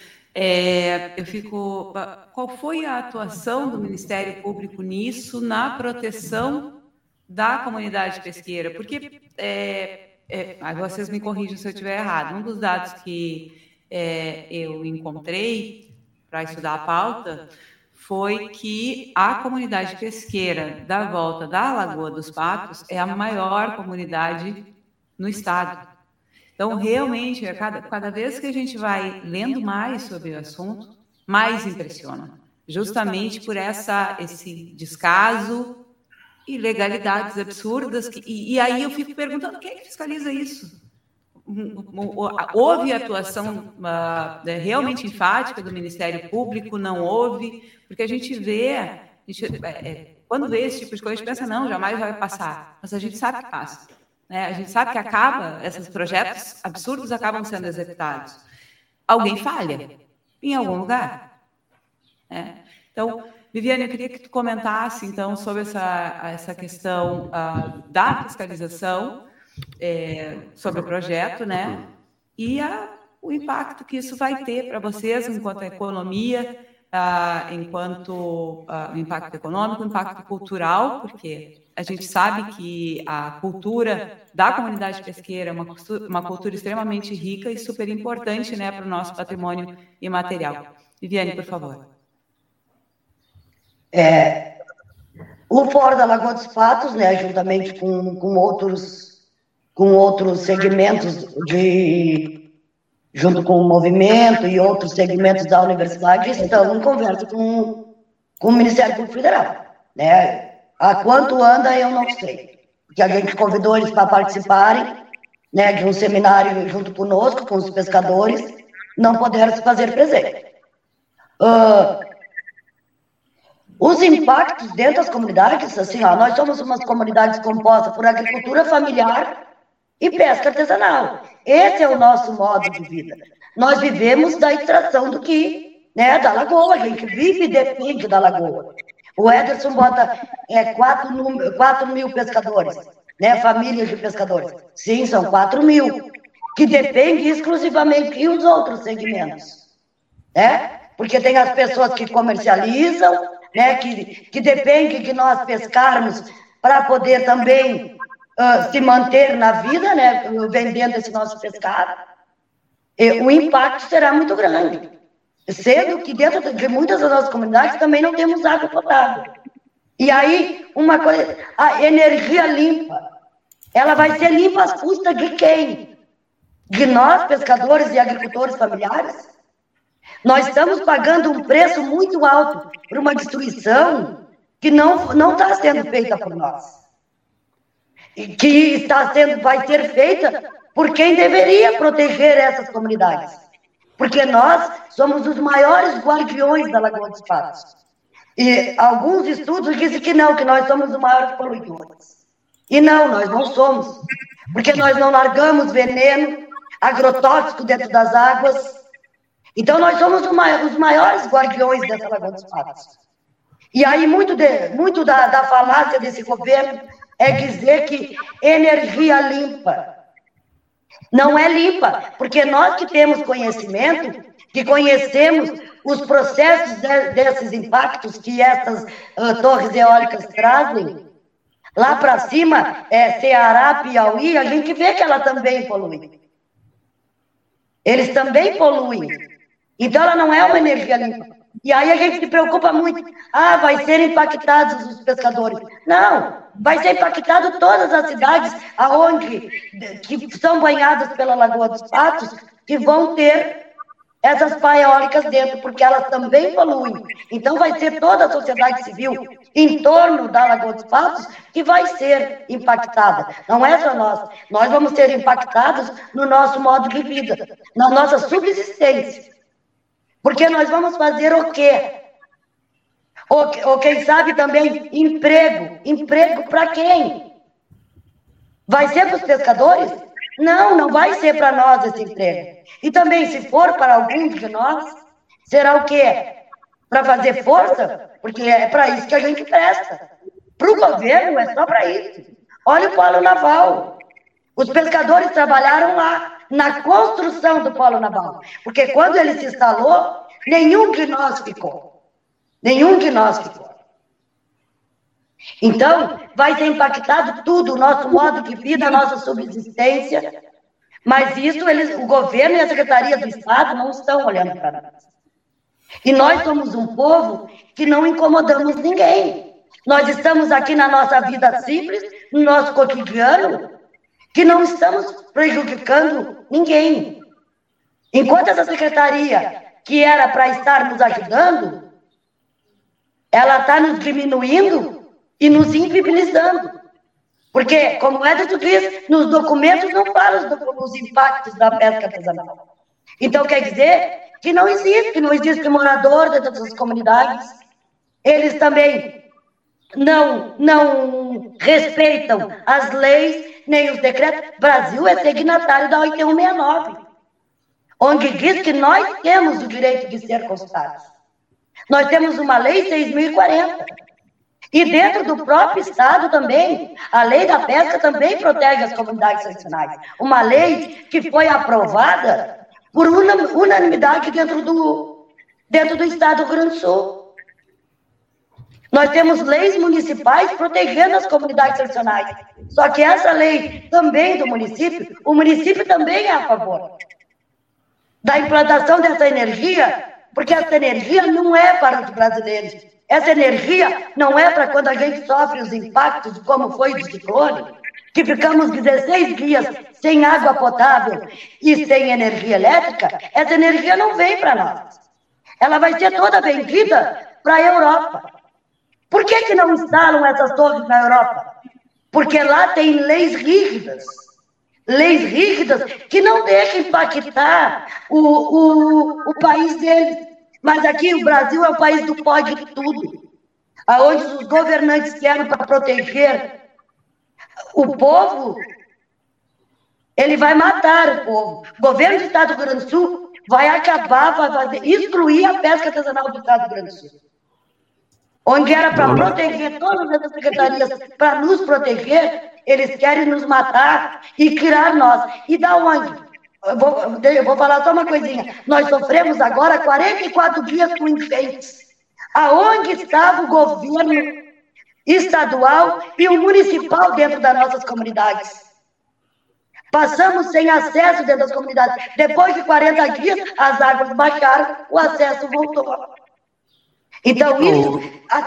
qual foi a atuação do Ministério Público nisso, na proteção da comunidade pesqueira? Porque... vocês me corrijam se eu estiver errado. Um dos dados que eu encontrei para estudar a pauta foi que a comunidade pesqueira da volta da Lagoa dos Patos é a maior comunidade no estado. Então, realmente, cada vez que a gente vai lendo mais sobre o assunto, mais impressiona. Justamente por esse descaso, ilegalidades absurdas, e aí eu fico perguntando, quem é que fiscaliza isso? houve atuação realmente enfática do Ministério Público? Não houve? Porque a gente vê, quando vê esse tipo de coisa, a gente pensa, não, jamais vai passar. Mas a gente sabe que passa. Né? A gente sabe que esses projetos absurdos acabam sendo executados. Alguém falha em algum lugar. Né? Então, Viviane, eu queria que tu comentasse, então, sobre essa questão da fiscalização sobre o projeto, né? E o impacto que isso vai ter para vocês enquanto economia, enquanto impacto econômico, impacto cultural, porque a gente sabe que a cultura da comunidade pesqueira é uma cultura extremamente rica e super importante, né, para o nosso patrimônio imaterial. Viviane, por favor. O Fórum da Lagoa dos Patos, né, juntamente com outros segmentos junto com o movimento e outros segmentos da universidade, estão em conversa com o Ministério Público Federal. Né? Há quanto anda, eu não sei. Porque a gente convidou eles para participarem, né, de um seminário junto conosco, com os pescadores, não puderam se fazer presente. Os impactos dentro das comunidades, assim, nós somos umas comunidades compostas por agricultura familiar e pesca artesanal. Esse é o nosso modo de vida. Nós vivemos da extração da lagoa, a gente vive e depende da lagoa. O Ederson bota 4 mil pescadores, né, famílias de pescadores. Sim, são 4 mil, que dependem exclusivamente, e os outros segmentos, né? Porque tem as pessoas que comercializam, né, que dependem de nós pescarmos para poder também se manter na vida, né, vendendo esse nosso pescado. O impacto será muito grande, sendo que dentro de muitas das nossas comunidades também não temos água potável. E aí, uma coisa, a energia limpa, ela vai ser limpa às custas de quem? De nós, pescadores e agricultores familiares? Nós estamos pagando um preço muito alto por uma destruição que não está sendo feita por nós. Que vai ser feita por quem deveria proteger essas comunidades. Porque nós somos os maiores guardiões da Lagoa dos Patos. E alguns estudos dizem que não, que nós somos os maiores poluidores. E nós não somos. Porque nós não largamos veneno agrotóxico dentro das águas. Então, nós somos os maiores guardiões dessa Lagoa dos Patos. E aí, muito da falácia desse governo é dizer que energia limpa. Não é limpa, porque nós que temos conhecimento, que conhecemos os processos desses impactos que essas torres eólicas trazem, lá para cima, Ceará, Piauí, a gente vê que ela também polui. Eles também poluem. Então, ela não é uma energia limpa. E aí a gente se preocupa muito. Vai ser impactados os pescadores. Não, vai ser impactado todas as cidades que são banhadas pela Lagoa dos Patos, que vão ter essas pás eólicas dentro, porque elas também poluem. Então vai ser toda a sociedade civil em torno da Lagoa dos Patos que vai ser impactada. Não é só nós. Nós vamos ser impactados no nosso modo de vida, na nossa subsistência. Porque nós vamos fazer o quê? Ou quem sabe também, emprego. Emprego para quem? Vai ser para os pescadores? Não vai ser para nós esse emprego. E também, se for para alguns de nós, será o quê? Para fazer força? Porque é para isso que a gente presta. Para o governo é só para isso. Olha o Polo Naval. Os pescadores trabalharam lá, na construção do Polo Naval. Porque quando ele se instalou, nenhum de nós ficou. Então, vai ser impactado tudo, o nosso modo de vida, a nossa subsistência. Mas isso, o governo e a Secretaria do Estado não estão olhando para nós. E nós somos um povo que não incomodamos ninguém. Nós estamos aqui na nossa vida simples, no nosso cotidiano, que não estamos prejudicando ninguém. Enquanto essa secretaria, que era para estar nos ajudando, ela está nos diminuindo e nos invibilizando. Porque, como o Ederson diz, nos documentos não fala os impactos da pesca artesanal. Então, quer dizer que não existe morador dentro dessas comunidades. Eles também não respeitam as leis, nem os decretos. O Brasil é signatário da 8169, onde diz que nós temos o direito de ser consultados. Nós temos uma lei 6.040. E dentro do próprio Estado também, a lei da pesca também protege as comunidades tradicionais. Uma lei que foi aprovada por unanimidade dentro do Estado do Rio Grande do Sul. Nós temos leis municipais protegendo as comunidades tradicionais. Só que essa lei também do município, o município também é a favor da implantação dessa energia, porque essa energia não é para os brasileiros. Essa energia não é para quando a gente sofre os impactos, como foi o ciclone, que ficamos 16 dias sem água potável e sem energia elétrica. Essa energia não vem para nós. Ela vai ser toda vendida para a Europa. Por que não instalam essas torres na Europa? Porque lá tem leis rígidas que não deixam impactar o país deles. Mas aqui o Brasil é o país do pode tudo, aonde os governantes querem para proteger o povo, ele vai matar o povo. O governo do Estado do Rio Grande do Sul vai acabar, excluir a pesca artesanal do Estado do Rio Grande do Sul. Onde era para proteger todas essas secretarias, para nos proteger, eles querem nos matar e tirar nós. E da onde? Eu vou falar só uma coisinha. Nós sofremos agora 44 dias com enchentes. Aonde estava o governo estadual e o municipal dentro das nossas comunidades? Passamos sem acesso dentro das comunidades. Depois de 40 dias, as águas baixaram, o acesso voltou. Então, isso,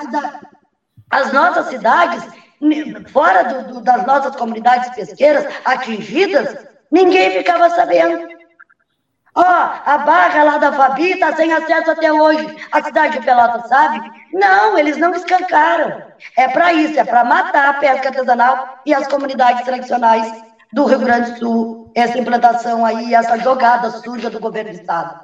as nossas cidades, fora das nossas comunidades pesqueiras atingidas, ninguém ficava sabendo. A barra lá da Fabi está sem acesso até hoje. A cidade de Pelotas sabe? Não, eles não escancaram. É para isso, é para matar a pesca artesanal e as comunidades tradicionais do Rio Grande do Sul. Essa implantação aí, essa jogada suja do governo do Estado.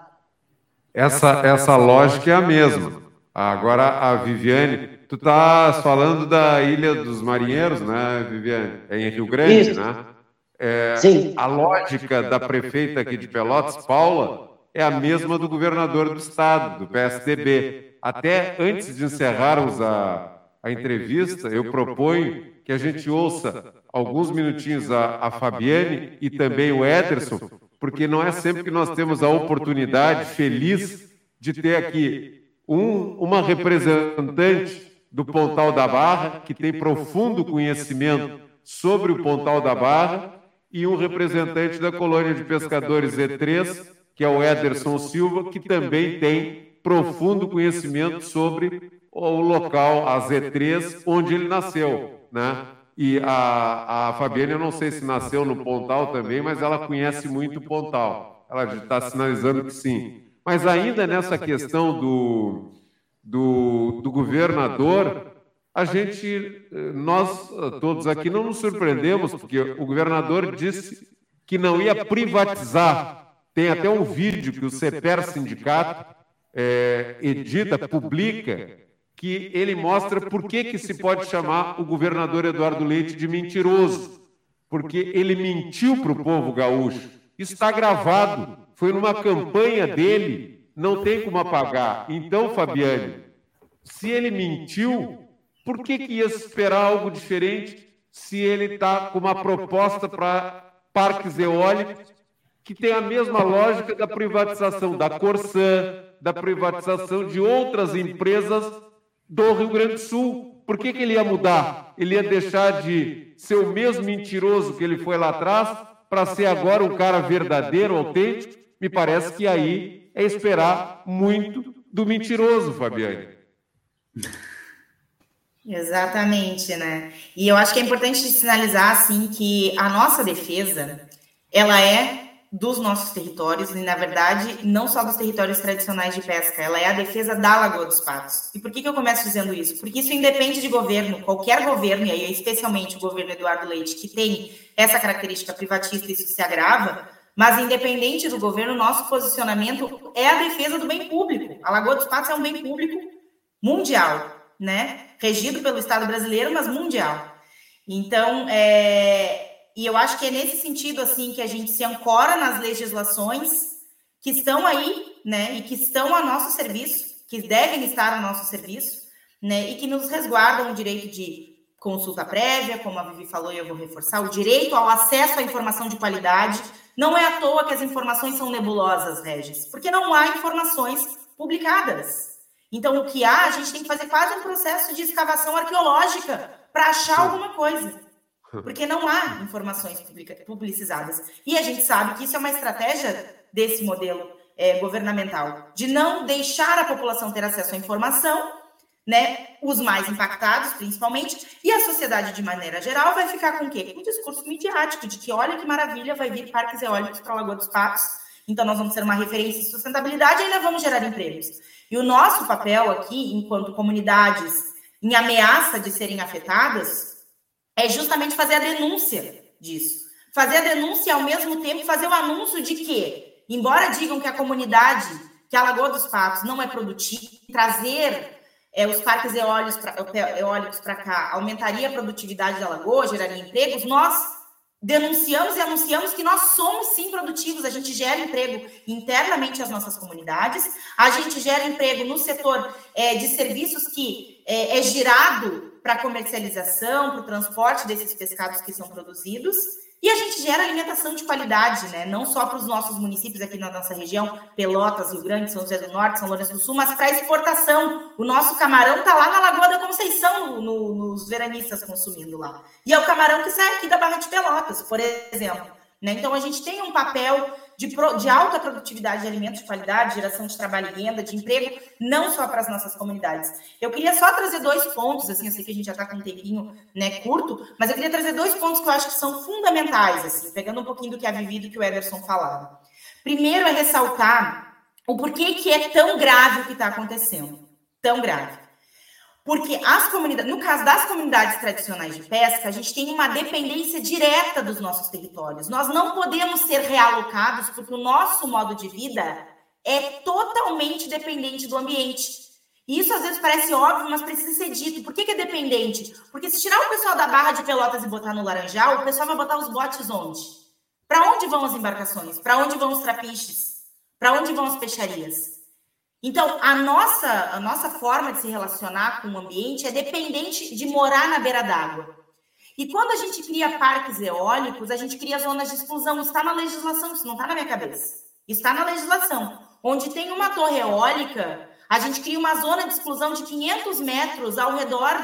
Essa lógica é a mesma. Agora, a Viviane, tu estás falando da Ilha dos Marinheiros, né, Viviane? É em Rio Grande, isso, né? Sim. A lógica da prefeita aqui de Pelotas, Paula, é a mesma do governador do estado, do PSDB. Até antes de encerrarmos a entrevista, eu proponho que a gente ouça alguns minutinhos a Fabiane e também o Ederson, porque não é sempre que nós temos a oportunidade feliz de ter aqui uma representante do Pontal da Barra, que tem profundo conhecimento sobre o Pontal da Barra, e um representante da colônia de pescadores E3, que é o Ederson Silva, que também tem profundo conhecimento sobre o local, a Z3, onde ele nasceu, né? E a Fabiane, eu não sei se nasceu no Pontal também, mas ela conhece muito o Pontal. Ela está sinalizando que sim. Mas ainda nessa questão do governador, nós todos aqui não nos surpreendemos, porque o governador disse que não ia privatizar. Tem até um vídeo que o CEPER Sindicato edita, publica, que ele mostra por que se pode chamar o governador Eduardo Leite de mentiroso. Porque ele mentiu para o povo gaúcho. Isso está gravado. Foi numa campanha dele, não tem como apagar. Então, Fabiane, se ele mentiu, por que ia esperar algo diferente se ele está com uma proposta para parques eólicos que tem a mesma lógica da privatização da Corsã, da privatização de outras empresas do Rio Grande do Sul? Por que ele ia mudar? Ele ia deixar de ser o mesmo mentiroso que ele foi lá atrás para ser agora um cara verdadeiro, autêntico? Me parece que aí é esperar muito do mentiroso, Fabiane. Exatamente, né? E eu acho que é importante sinalizar, assim, que a nossa defesa, ela é dos nossos territórios e, na verdade, não só dos territórios tradicionais de pesca, ela é a defesa da Lagoa dos Patos. E por que eu começo dizendo isso? Porque isso independe de governo, qualquer governo, e aí especialmente o governo Eduardo Leite, que tem essa característica privatista, isso se agrava, mas independente do governo, nosso posicionamento é a defesa do bem público. A Lagoa dos Patos é um bem público mundial, né? Regido pelo Estado brasileiro, mas mundial. Então, e eu acho que é nesse sentido, assim, que a gente se ancora nas legislações que estão aí, né, e que estão a nosso serviço, que devem estar a nosso serviço, né, e que nos resguardam o direito de consulta prévia, como a Vivi falou e eu vou reforçar, o direito ao acesso à informação de qualidade. Não é à toa que as informações são nebulosas, Regis, porque não há informações publicadas. Então, o que há, a gente tem que fazer quase um processo de escavação arqueológica para achar alguma coisa. Porque não há informações publicizadas. E a gente sabe que isso é uma estratégia desse modelo governamental, de não deixar a população ter acesso à informação, né? Os mais impactados, principalmente, e a sociedade, de maneira geral, vai ficar com o quê? Com um discurso midiático de que, olha que maravilha, vai vir parques eólicos para a Lagoa dos Patos, então nós vamos ser uma referência em sustentabilidade e ainda vamos gerar empregos. E o nosso papel aqui, enquanto comunidades em ameaça de serem afetadas, é justamente fazer a denúncia disso. Fazer a denúncia e, ao mesmo tempo, fazer o anúncio de que, embora digam que a comunidade, que a Lagoa dos Patos não é produtiva, trazer os parques eólicos para cá aumentaria a produtividade da lagoa, geraria empregos, nós denunciamos e anunciamos que nós somos, sim, produtivos. A gente gera emprego internamente às nossas comunidades, a gente gera emprego no setor de serviços que é girado para a comercialização, para o transporte desses pescados que são produzidos, e a gente gera alimentação de qualidade, né? Não só para os nossos municípios aqui na nossa região, Pelotas, Rio Grande, São José do Norte, São Lourenço do Sul, mas para exportação. O nosso camarão está lá na Lagoa da Conceição, nos veranistas consumindo lá. E é o camarão que sai aqui da Barra de Pelotas, por exemplo. Né? Então, a gente tem um papel de alta produtividade de alimentos de qualidade, geração de trabalho e renda, de emprego, não só para as nossas comunidades. Eu queria só trazer 2 pontos, assim, eu sei que a gente já está com um tempinho, né, curto, mas eu queria trazer 2 pontos que eu acho que são fundamentais, assim, pegando um pouquinho do que a Vivi e do que o Ederson falaram. Primeiro é ressaltar o porquê que é tão grave o que está acontecendo. Tão grave. Porque as comunidades, no caso das comunidades tradicionais de pesca, a gente tem uma dependência direta dos nossos territórios. Nós não podemos ser realocados porque o nosso modo de vida é totalmente dependente do ambiente. E isso às vezes parece óbvio, mas precisa ser dito. Por que é dependente? Porque se tirar o pessoal da Barra de Pelotas e botar no Laranjal, o pessoal vai botar os botes onde? Para onde vão as embarcações? Para onde vão os trapiches? Para onde vão as peixarias? Então, a nossa forma de se relacionar com o ambiente é dependente de morar na beira d'água. E quando a gente cria parques eólicos, a gente cria zonas de exclusão. Isso está na legislação, isso não está na minha cabeça. Isso está na legislação. Onde tem uma torre eólica, a gente cria uma zona de exclusão de 500 metros ao redor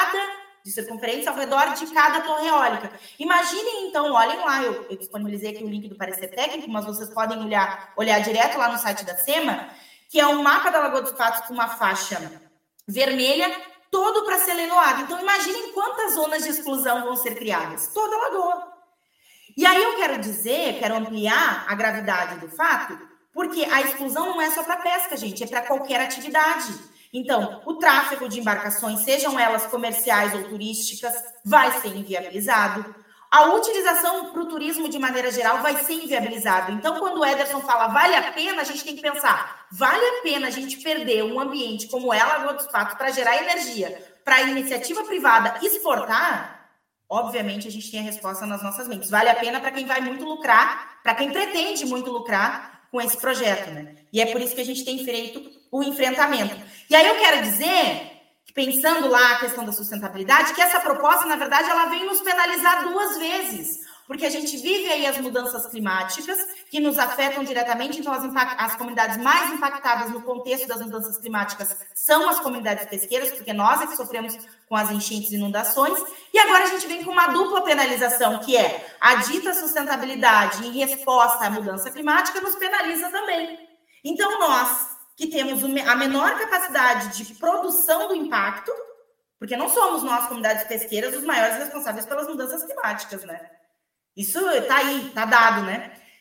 de circunferência, ao redor de cada torre eólica. Imaginem, então, olhem lá, eu disponibilizei aqui o link do parecer técnico, mas vocês podem olhar direto lá no site da SEMA, que é um mapa da Lagoa dos Patos com uma faixa vermelha, todo para ser leiloado. Então, imaginem quantas zonas de exclusão vão ser criadas. Toda a lagoa. E aí eu quero ampliar a gravidade do fato, porque a exclusão não é só para pesca, gente, é para qualquer atividade. Então, o tráfego de embarcações, sejam elas comerciais ou turísticas, vai ser inviabilizado. A utilização para o turismo, de maneira geral, vai ser inviabilizado. Então, quando o Ederson fala vale a pena, a gente tem que pensar, vale a pena a gente perder um ambiente como é a Lagoa dos Patos para gerar energia, para a iniciativa privada exportar? Obviamente, a gente tem a resposta nas nossas mentes. Vale a pena para quem vai muito lucrar, para quem pretende muito lucrar com esse projeto, né? E é por isso que a gente tem feito o enfrentamento. E aí eu quero dizer, pensando lá a questão da sustentabilidade, que essa proposta, na verdade, ela vem nos penalizar 2 vezes, porque a gente vive aí as mudanças climáticas que nos afetam diretamente, então as comunidades mais impactadas no contexto das mudanças climáticas são as comunidades pesqueiras, porque nós é que sofremos com as enchentes e inundações, e agora a gente vem com uma dupla penalização, que é a dita sustentabilidade em resposta à mudança climática nos penaliza também. Então nós, que temos a menor capacidade de produção do impacto, porque não somos nós, comunidades pesqueiras, os maiores responsáveis pelas mudanças climáticas, né? Isso está aí, está dado, né?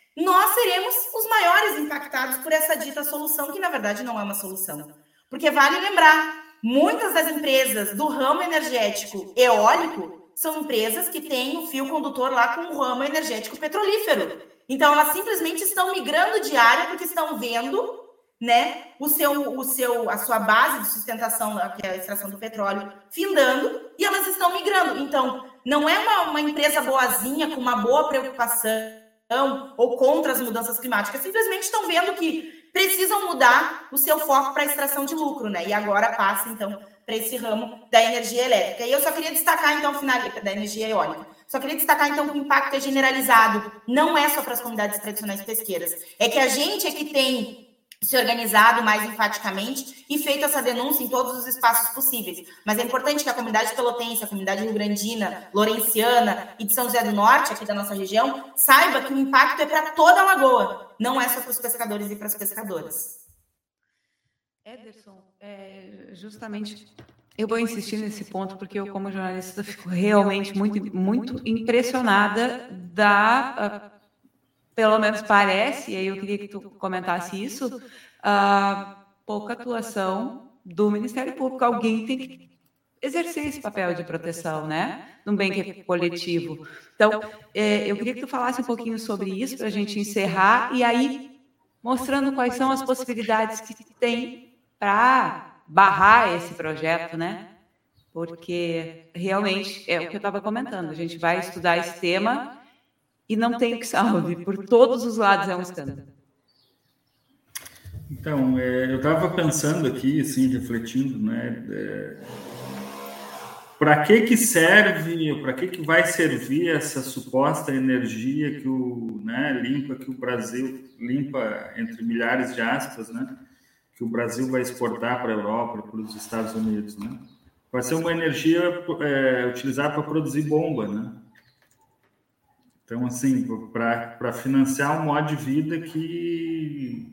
nós seremos os maiores impactados por essa dita solução, que na verdade não é uma solução. Porque vale lembrar, muitas das empresas do ramo energético eólico são empresas que têm o fio condutor lá com o ramo energético petrolífero. Então, elas simplesmente estão migrando de área porque estão vendo, né, a sua base de sustentação, que é a extração do petróleo, findando, e elas estão migrando. Então, não é uma empresa boazinha com uma boa preocupação ou contra as mudanças climáticas, simplesmente estão vendo que precisam mudar o seu foco para a extração de lucro, né? E agora passa, então, para esse ramo da energia elétrica. E eu só queria destacar, então, da energia eólica. Só queria destacar, então, que o impacto é generalizado, não é só para as comunidades tradicionais pesqueiras. É que a gente é que tem se organizado mais enfaticamente e feito essa denúncia em todos os espaços possíveis. Mas é importante que a comunidade pelotense, a comunidade rio-grandina, lorenciana e de São José do Norte, aqui da nossa região, saiba que o impacto é para toda a lagoa, não é só para os pescadores e para as pescadoras. Ederson, justamente eu vou insistir nesse ponto porque eu, como jornalista, fico realmente muito impressionada pelo menos parece, e aí eu queria que tu comentasse isso, a pouca atuação do Ministério Público. Alguém tem que exercer esse papel de proteção, né? Num bem que é coletivo. Então, eu queria que tu falasse um pouquinho sobre isso para a gente encerrar, e aí mostrando quais são as possibilidades que tem para barrar esse projeto, né? Porque realmente é o que eu estava comentando, a gente vai estudar esse tema e não tem o que salve, por todos os lados é um escândalo. Então, eu estava pensando aqui, assim, refletindo, né, para que serve, para que vai servir essa suposta energia que que o Brasil limpa, entre milhares de aspas, né, que o Brasil vai exportar para a Europa, para os Estados Unidos, né? Vai ser uma energia utilizada para produzir bomba, né? Então, assim, para financiar um modo de vida que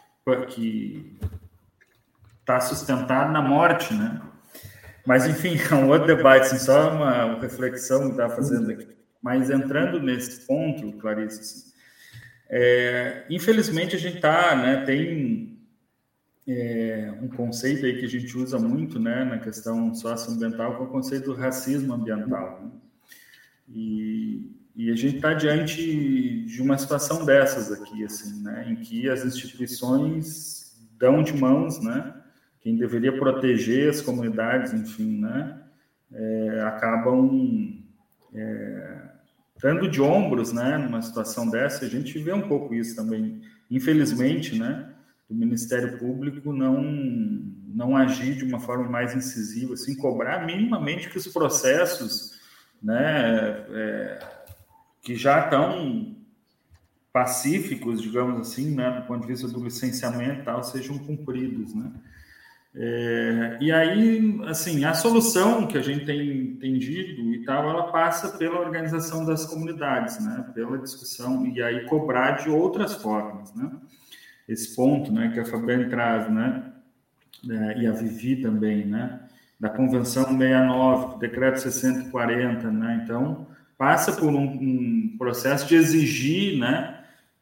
está sustentado na morte, né? Mas, enfim, é um outro debate, assim, só uma reflexão que está fazendo aqui. Mas entrando nesse ponto, Clarice, assim, infelizmente a gente tem um conceito aí que a gente usa muito, né, na questão socioambiental, que é o conceito do racismo ambiental, né? E a gente está diante de uma situação dessas aqui, assim, né, em que as instituições dão de mãos, né, quem deveria proteger as comunidades, enfim, né, acabam dando de ombros, né, numa situação dessa. A gente vê um pouco isso também, infelizmente, né, o Ministério Público não agir de uma forma mais incisiva, assim, cobrar minimamente que os processos, né, que já estão pacíficos, digamos assim, né, do ponto de vista do licenciamento e tal, sejam cumpridos, né? E aí, assim, a solução que a gente tem entendido e tal, ela passa pela organização das comunidades, né, pela discussão, e aí cobrar de outras formas, né? Esse ponto, né, que a Fabiane traz, né, e a Vivi também, né, da Convenção 69, Decreto 640, né, então passa por um processo de exigir, né,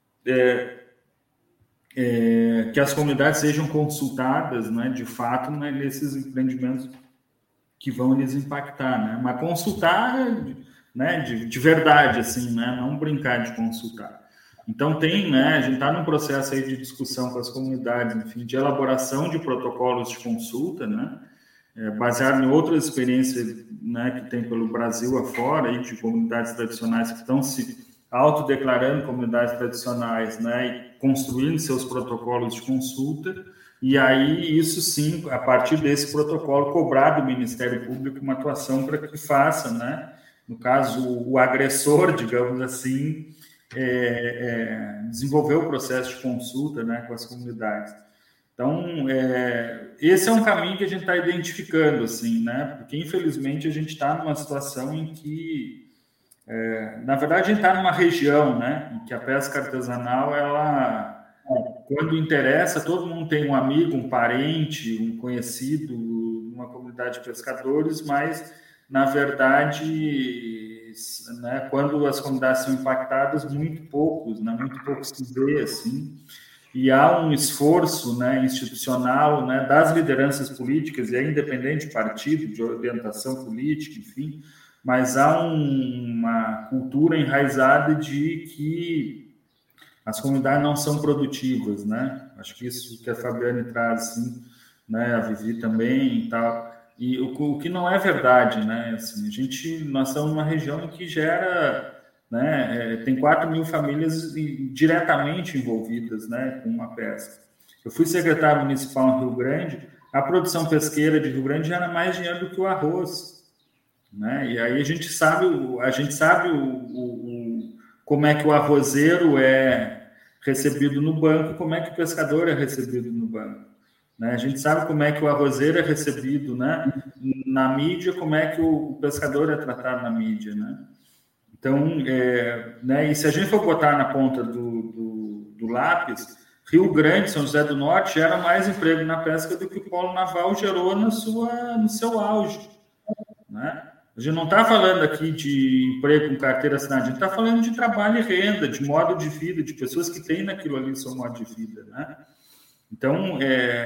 que as comunidades sejam consultadas, né, de fato, né, nesses empreendimentos que vão lhes impactar, né, mas consultar, né, de verdade, assim, né, não brincar de consultar. Então né, a gente está num processo aí de discussão com as comunidades, enfim, de elaboração de protocolos de consulta, né, baseado em outras experiências, né, que tem pelo Brasil afora, aí, de comunidades tradicionais que estão se autodeclarando comunidades tradicionais, né, e construindo seus protocolos de consulta, e aí isso sim, a partir desse protocolo, cobrar do Ministério Público uma atuação para que faça, né, no caso, o agressor, digamos assim, desenvolver o processo de consulta, né, com as comunidades. Então, esse é um caminho que a gente está identificando, assim, né? Porque, infelizmente, a gente está numa situação em que, na verdade, a gente está numa região, né, em que a pesca artesanal, ela, quando interessa, todo mundo tem um amigo, um parente, um conhecido, uma comunidade de pescadores, mas, na verdade, né, quando as comunidades são impactadas, muito pouco se vê assim, e há um esforço, né, institucional, né, das lideranças políticas, e é independente de partido, de orientação política, enfim, mas há uma cultura enraizada de que as comunidades não são produtivas, né? Acho que isso que a Fabiane traz, assim, né, a Vivi também e tal, e o que não é verdade, né? Assim, nós estamos numa região que gera, né, tem 4.000 famílias diretamente envolvidas, né, com uma pesca. Eu fui secretário municipal em Rio Grande, a produção pesqueira de Rio Grande gera mais dinheiro do que o arroz, né? E aí a gente sabe como é que o arrozeiro é recebido no banco, como é que o pescador é recebido no banco, né? A gente sabe como é que o arrozeiro é recebido, né, na mídia, como é que o pescador é tratado na mídia, né? Então, né, e se a gente for botar na ponta do lápis, Rio Grande, São José do Norte, gera mais emprego na pesca do que o polo naval gerou no seu auge, né? A gente não está falando aqui de emprego com carteira assinada, a gente está falando de trabalho e renda, de modo de vida, de pessoas que têm naquilo ali seu modo de vida, né? Então,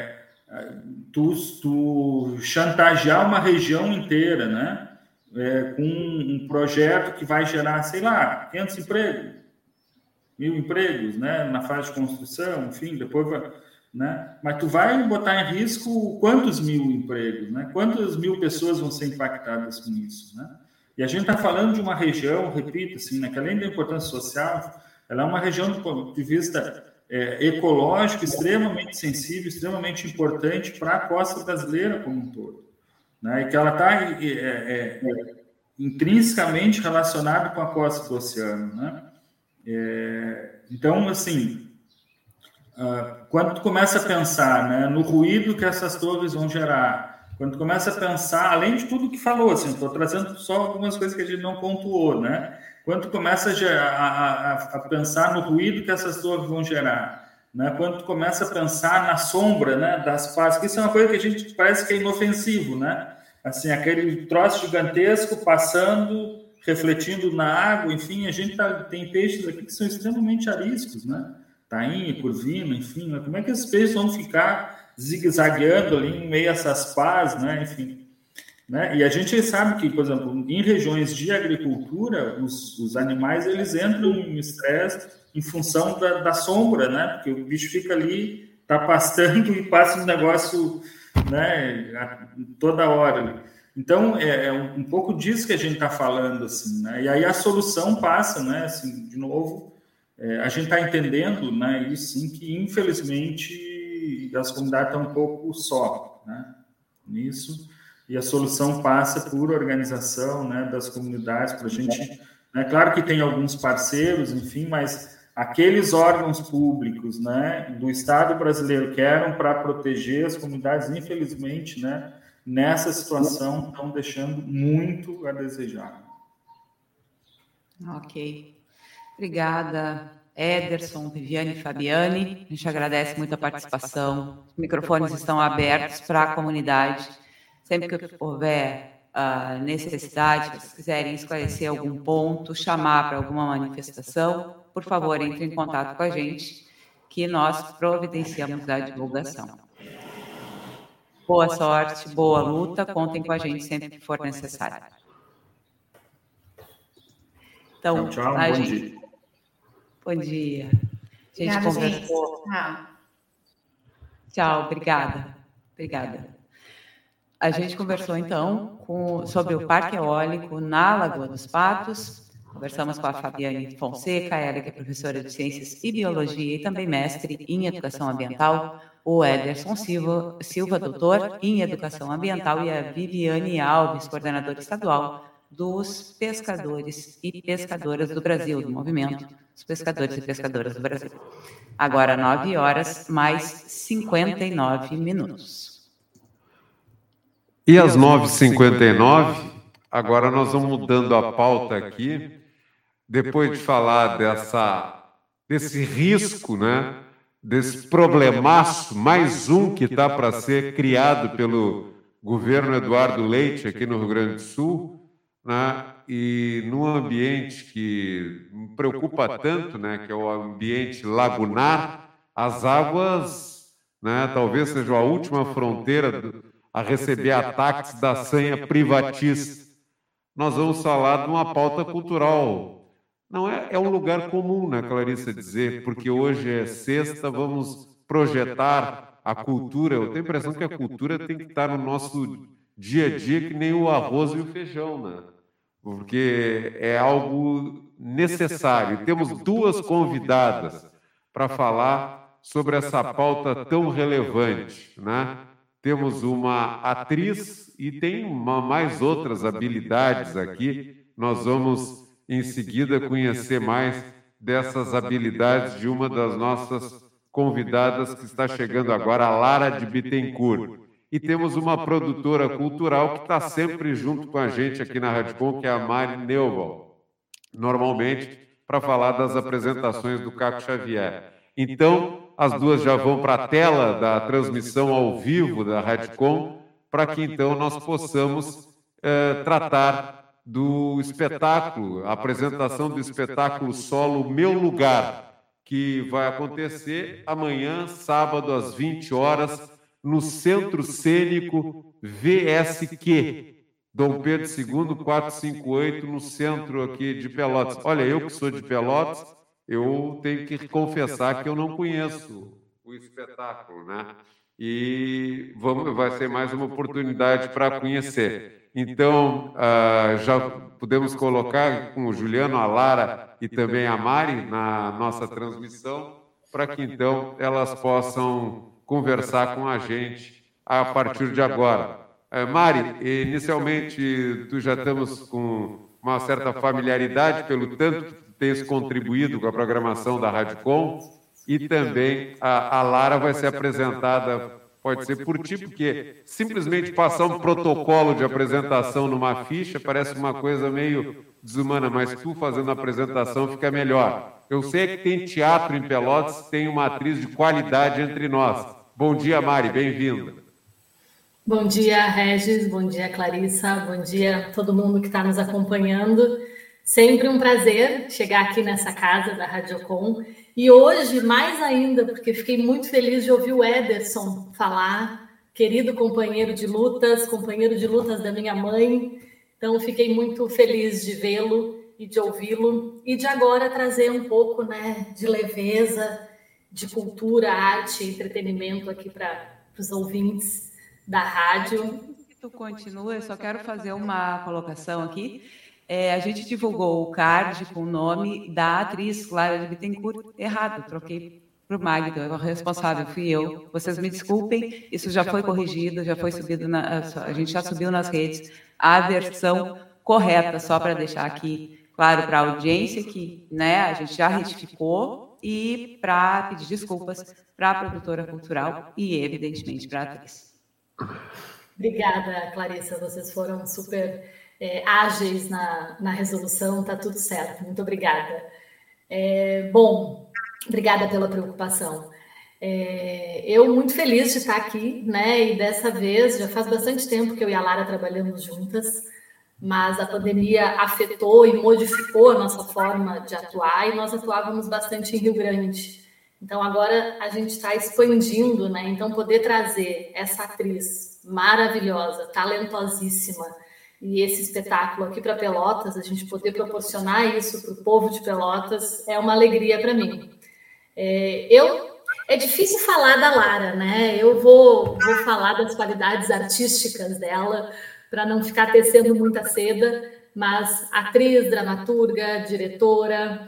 tu chantagear uma região inteira, né, com um projeto que vai gerar, sei lá, 500 empregos, 1.000 empregos, né, na fase de construção, enfim, depois vai, né? Mas tu vai botar em risco quantos 1.000 empregos, né? Quantas 1.000 pessoas vão ser impactadas com isso, né? E a gente está falando de uma região, repito, assim, né, que além da importância social, ela é uma região do ponto de vista ecológico extremamente sensível, extremamente importante para a costa brasileira como um todo, né? E que ela está intrinsecamente relacionada com a costa do oceano, né? Então, assim, quando tu começa a pensar, né, no ruído que essas torres vão gerar, quando tu começa a pensar, além de tudo que falou, assim, estou trazendo só algumas coisas que a gente não pontuou, né? Quando tu começa a pensar no ruído que essas torres vão gerar, né? Quando tu começa a pensar na sombra, né, das fases, que isso é uma coisa que a gente parece que é inofensivo, né? Assim, aquele troço gigantesco passando, refletindo na água, enfim, a gente tem peixes aqui que são extremamente ariscos, né? Tainha, curvina, enfim, né? Como é que esses peixes vão ficar zigue-zagueando ali em meio a essas pás, né? Enfim, né? E a gente sabe que, por exemplo, em regiões de agricultura, os animais eles entram em estresse em função da sombra, né? Porque o bicho fica ali, tá pastando e passa um negócio, né, toda hora. Então, é um pouco disso que a gente está falando, assim, né? E aí a solução passa, né? Assim, de novo, a gente está entendendo, né, isso sim, que infelizmente as comunidades estão um pouco só, né, nisso, e a solução passa por organização, né, das comunidades, para a gente, né, claro que tem alguns parceiros, enfim, mas aqueles órgãos públicos, né, do Estado brasileiro que eram para proteger as comunidades, infelizmente, né, nessa situação estão deixando muito a desejar. Ok. Obrigada, Ederson, Viviane e Fabiane. A gente agradece muito a participação. Os microfones estão abertos para a comunidade. Sempre que houver necessidade, se quiserem esclarecer algum ponto, chamar para alguma manifestação, por favor, entre em contato com a gente, que nós providenciamos a divulgação. Boa sorte, boa luta, contem com a gente sempre que for necessário. Então, tchau, bom dia. Bom dia. A gente conversou. Tchau, obrigada. A gente conversou, então, sobre o Parque Eólico na Lagoa dos Patos. Conversamos com a Fabiane Fonseca, ela que é professora de Ciências e Biologia e também mestre em Educação Ambiental, o Ederson Silva, doutor em Educação Ambiental, e a Viviane Alves, coordenadora estadual dos Pescadores e Pescadoras do Brasil, do movimento dos Pescadores e Pescadoras do Brasil. Agora, 9 horas, mais 59 minutos. E às 9h59, agora nós vamos mudando a pauta aqui, depois de falar desse risco, né, desse problemaço, mais um que está para ser criado pelo governo Eduardo Leite aqui no Rio Grande do Sul, né? E num ambiente que me preocupa tanto, né, que é o ambiente lagunar, as águas, né, talvez seja a última fronteira a receber ataques da sanha privatista. Nós vamos falar de uma pauta cultural. Não é um lugar comum, né, Clarissa, dizer, porque hoje é sexta, vamos projetar a cultura. Eu tenho a impressão que a cultura tem que estar no nosso dia a dia que nem o arroz e o feijão, né? Porque é algo necessário. E temos duas convidadas para falar sobre essa pauta tão relevante, né? Temos uma atriz e tem mais outras habilidades aqui. Nós vamos, em seguida, conhecer mais dessas habilidades de uma das nossas convidadas que está chegando agora, a Lara de Bittencourt. E temos uma produtora cultural que está sempre junto com a gente aqui na Radicom, que é a Mari Neubal, normalmente para falar das apresentações do Caco Xavier. Então, as duas já vão para a tela da transmissão ao vivo da Radicom, para que então nós possamos tratar do espetáculo, a apresentação do espetáculo solo Meu Lugar, que vai acontecer amanhã, sábado, às 20 horas, no Centro Cênico VSQ, Dom Pedro II, 458, no centro aqui de Pelotas. Olha, eu que sou de Pelotas, eu tenho que confessar que eu não conheço o espetáculo, né? E vai ser mais uma oportunidade para conhecer. Então, já podemos colocar com o Juliano, a Lara e também a Mari na nossa transmissão, para que então elas possam conversar com a gente a partir de agora. Mari, inicialmente tu já estamos com uma certa familiaridade pelo tanto que tens contribuído com a programação da Radicom, e também a Lara vai ser apresentada, pode ser por ti, porque simplesmente passar um protocolo de apresentação numa ficha parece uma coisa meio desumana, mas tu fazendo a apresentação fica melhor. Eu sei que tem teatro em Pelotas, tem uma atriz de qualidade entre nós. Bom dia, Mari, bem-vinda. Bom dia, Regis, bom dia, Clarissa, bom dia a todo mundo que está nos acompanhando. Sempre um prazer chegar aqui nessa casa da Radiocom. E hoje, mais ainda, porque fiquei muito feliz de ouvir o Ederson falar, querido companheiro de lutas da minha mãe. Então, fiquei muito feliz de vê-lo e de ouvi-lo, e de agora trazer um pouco, né, de leveza, de cultura, arte e entretenimento aqui para os ouvintes da rádio. Antes que tu continue, eu só quero fazer uma colocação aqui. A gente divulgou o card com o nome da atriz Lara de Bittencourt errado, troquei para o Magda, o responsável fui eu. Vocês me desculpem, isso já foi corrigido, já foi subido, a gente já subiu nas redes a versão correta, só para deixar aqui claro para a audiência que, né, a gente já retificou, e para pedir desculpas para a produtora cultural e, evidentemente, para a atriz. Obrigada, Clarissa, vocês foram super ágeis na resolução, está tudo certo, muito obrigada. Bom, obrigada pela preocupação. Eu muito feliz de estar aqui, né, e dessa vez, já faz bastante tempo que eu e a Lara trabalhamos juntas, mas a pandemia afetou e modificou a nossa forma de atuar, e nós atuávamos bastante em Rio Grande. Então, agora a gente está expandindo, né? Então, poder trazer essa atriz maravilhosa, talentosíssima, e esse espetáculo aqui para Pelotas, a gente poder proporcionar isso para o povo de Pelotas, é uma alegria para mim. É difícil falar da Lara, né? Eu vou falar das qualidades artísticas dela, para não ficar tecendo muita seda, mas atriz, dramaturga, diretora,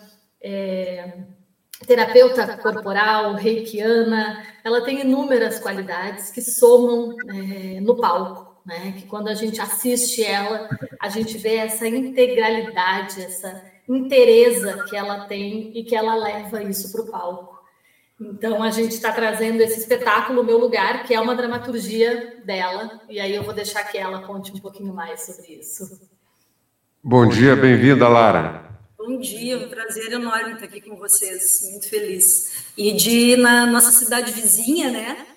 terapeuta corporal, reikiana, ela tem inúmeras qualidades que somam no palco, né? Que quando a gente assiste ela, a gente vê essa integralidade, essa inteireza que ela tem e que ela leva isso para o palco. Então, a gente está trazendo esse espetáculo, Meu Lugar, que é uma dramaturgia dela, e aí eu vou deixar que ela conte um pouquinho mais sobre isso. Bom dia, bem-vinda, Lara. Bom dia, um prazer enorme estar aqui com vocês, muito feliz. E na nossa cidade vizinha, né,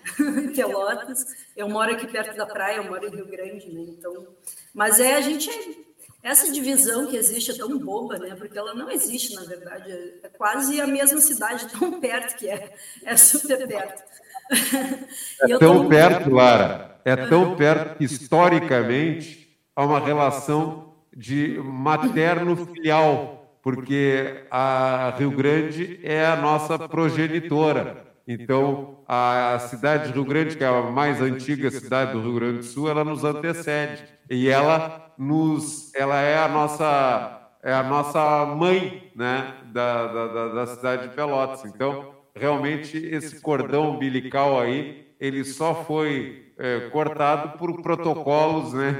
Pelotas, eu moro aqui perto da praia, eu moro em Rio Grande, né, então... Mas a gente Essa divisão que existe é tão boba, né? Porque ela não existe, na verdade. É quase a mesma cidade, tão perto que é super perto. É tão perto, Lara, é tão perto que, historicamente, há uma relação de materno-filial, porque a Rio Grande é a nossa progenitora. Então, a cidade de Rio Grande, que é a mais antiga cidade do Rio Grande do Sul, ela nos antecede. E ela é a nossa mãe, né, da cidade de Pelotas. Então, realmente, esse cordão umbilical aí, ele só foi cortado por protocolos, né,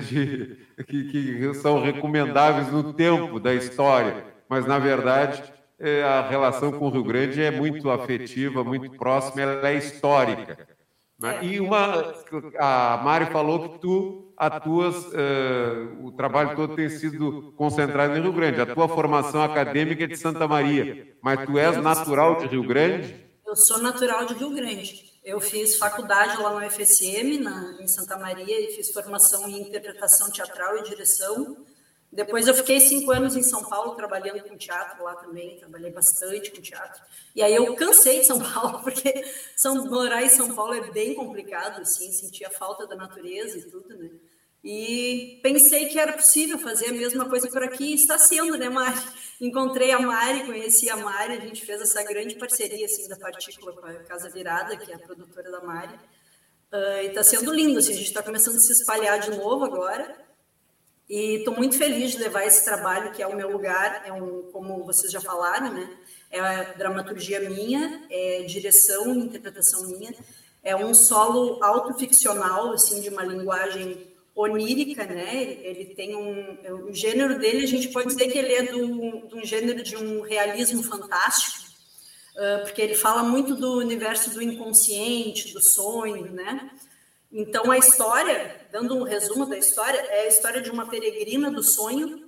que são recomendáveis no tempo da história. Mas, na verdade, a relação com o Rio Grande é muito afetiva, muito próxima, ela é histórica. Né? E a Mari falou que tu atuas, o trabalho todo tem sido concentrado em Rio Grande. A tua formação acadêmica é de Santa Maria, mas tu és natural de Rio Grande? Eu sou natural de Rio Grande. Eu fiz faculdade lá no UFSM, em Santa Maria, e fiz formação em interpretação teatral e direção. Depois eu fiquei 5 anos em São Paulo trabalhando com teatro lá também, trabalhei bastante com teatro. E aí eu cansei de São Paulo, porque morar em São Paulo é bem complicado, assim, sentia falta da natureza e tudo, né? E pensei que era possível fazer a mesma coisa por aqui, e está sendo, né, Mari? Encontrei a Mari, conheci a Mari, a gente fez essa grande parceria, assim, da Partícula com a Casa Virada, que é a produtora da Mari. E está sendo lindo, assim, a gente está começando a se espalhar de novo agora. E estou muito feliz de levar esse trabalho, que é o meu lugar, como vocês já falaram, né? É a dramaturgia minha, é direção e interpretação minha, é um solo autoficcional, assim, de uma linguagem onírica, né? Ele tem o gênero dele, a gente pode dizer que ele é de um gênero de um realismo fantástico, porque ele fala muito do universo do inconsciente, do sonho, né? Então, a história, dando um resumo da história, é a história de uma peregrina do sonho.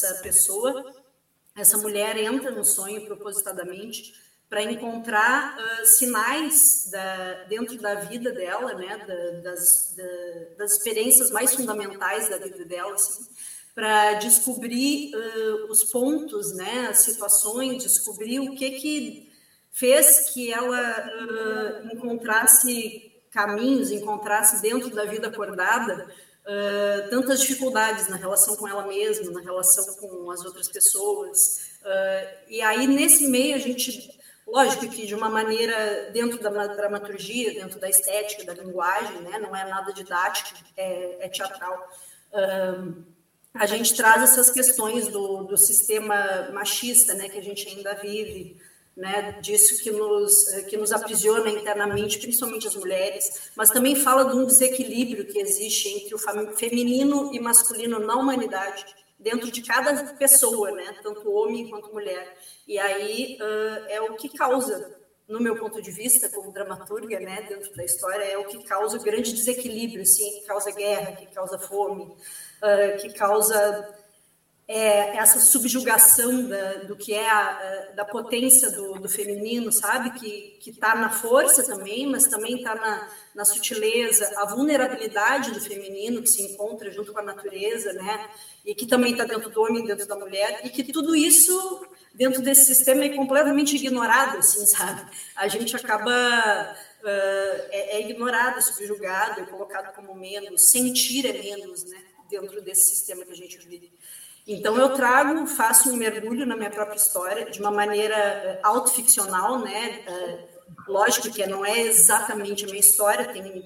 Essa mulher entra no sonho propositadamente para encontrar sinais dentro da vida dela, né, das experiências mais fundamentais da vida dela, assim, para descobrir os pontos, né, as situações, descobrir o que fez que ela encontrasse caminhos, encontrasse dentro da vida acordada tantas dificuldades na relação com ela mesma, na relação com as outras pessoas. E aí, nesse meio, a gente, lógico que de uma maneira dentro da dramaturgia, dentro da estética, da linguagem, né, não é nada didático, é teatral. A gente traz essas questões do sistema machista, né, que a gente ainda vive, né, disso que nos aprisiona internamente, principalmente as mulheres, mas também fala de um desequilíbrio que existe entre o feminino e masculino na humanidade, dentro de cada pessoa, né, tanto homem quanto mulher. E aí é o que causa, no meu ponto de vista, como dramaturga, né, dentro da história, é o que causa o grande desequilíbrio, assim, que causa guerra, que causa fome, que causa essa subjugação do que é da potência do feminino, sabe? Que está na força também, mas também está na sutileza, a vulnerabilidade do feminino que se encontra junto com a natureza, né? E que também está dentro do homem, dentro da mulher, e que tudo isso, dentro desse sistema, é completamente ignorado, assim, sabe? A gente acaba... é ignorado, subjugado, é colocado como menos, sentir é menos, né? Dentro desse sistema que a gente vive. Então, eu faço um mergulho na minha própria história de uma maneira autoficcional, né? Lógico que não é exatamente a minha história,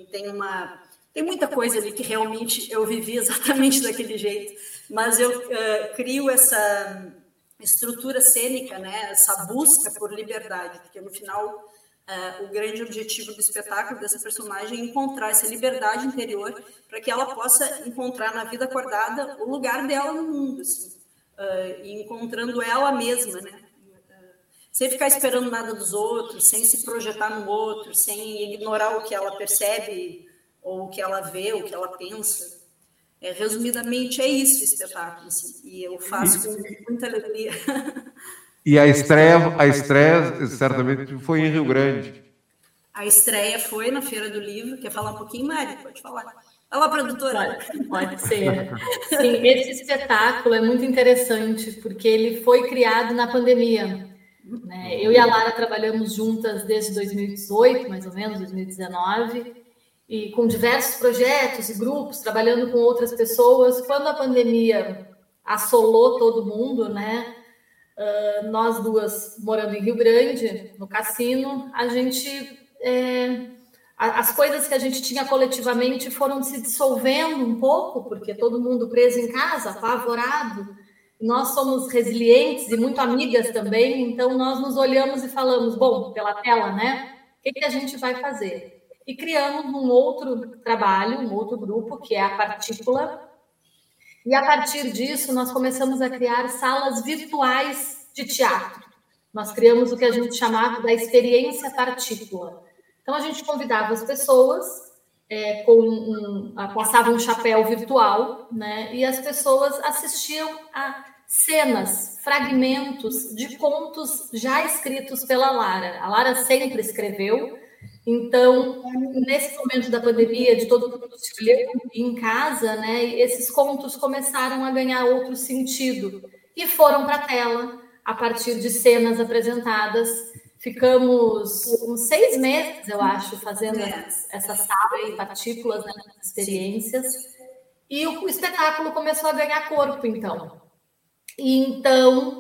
tem muita coisa ali que realmente eu vivi exatamente daquele jeito, mas eu crio essa estrutura cênica, né? Essa busca por liberdade, porque no final o grande objetivo do espetáculo dessa personagem é encontrar essa liberdade interior para que ela possa encontrar na vida acordada o lugar dela no mundo, assim, e encontrando ela mesma, né? Sem ficar esperando nada dos outros, sem se projetar no outro, sem ignorar o que ela percebe, ou o que ela vê, o que ela pensa. Resumidamente, é isso o espetáculo, assim, e eu faço com muita alegria. E a estreia certamente foi em Rio Grande. A estreia foi na Feira do Livro. Quer falar um pouquinho, Mari? Pode falar. Alô, produtora. Pode ser. Sim, esse espetáculo é muito interessante, porque ele foi criado na pandemia. Né? Eu e a Lara trabalhamos juntas desde 2018, mais ou menos, 2019, e com diversos projetos e grupos, trabalhando com outras pessoas. Quando a pandemia assolou todo mundo, né? Nós duas morando em Rio Grande, no Cassino, a gente... as coisas que a gente tinha coletivamente foram se dissolvendo um pouco, porque todo mundo preso em casa, apavorado. Nós somos resilientes e muito amigas também, então nós nos olhamos e falamos, bom, pela tela, né? O que a gente vai fazer? E criamos um outro trabalho, um outro grupo, que é a Partícula. E a partir disso, nós começamos a criar salas virtuais de teatro. Nós criamos o que a gente chamava da experiência Partícula. Então, a gente convidava as pessoas, passavam um chapéu virtual, né? E as pessoas assistiam a cenas, fragmentos de contos já escritos pela Lara. A Lara sempre escreveu. Então, nesse momento da pandemia, de todo mundo se olhando em casa, né? Esses contos começaram a ganhar outro sentido e foram para a tela a partir de cenas apresentadas. Ficamos uns 6 meses, eu acho, fazendo essa sala de partículas, né, experiências, e o espetáculo começou a ganhar corpo, então. E então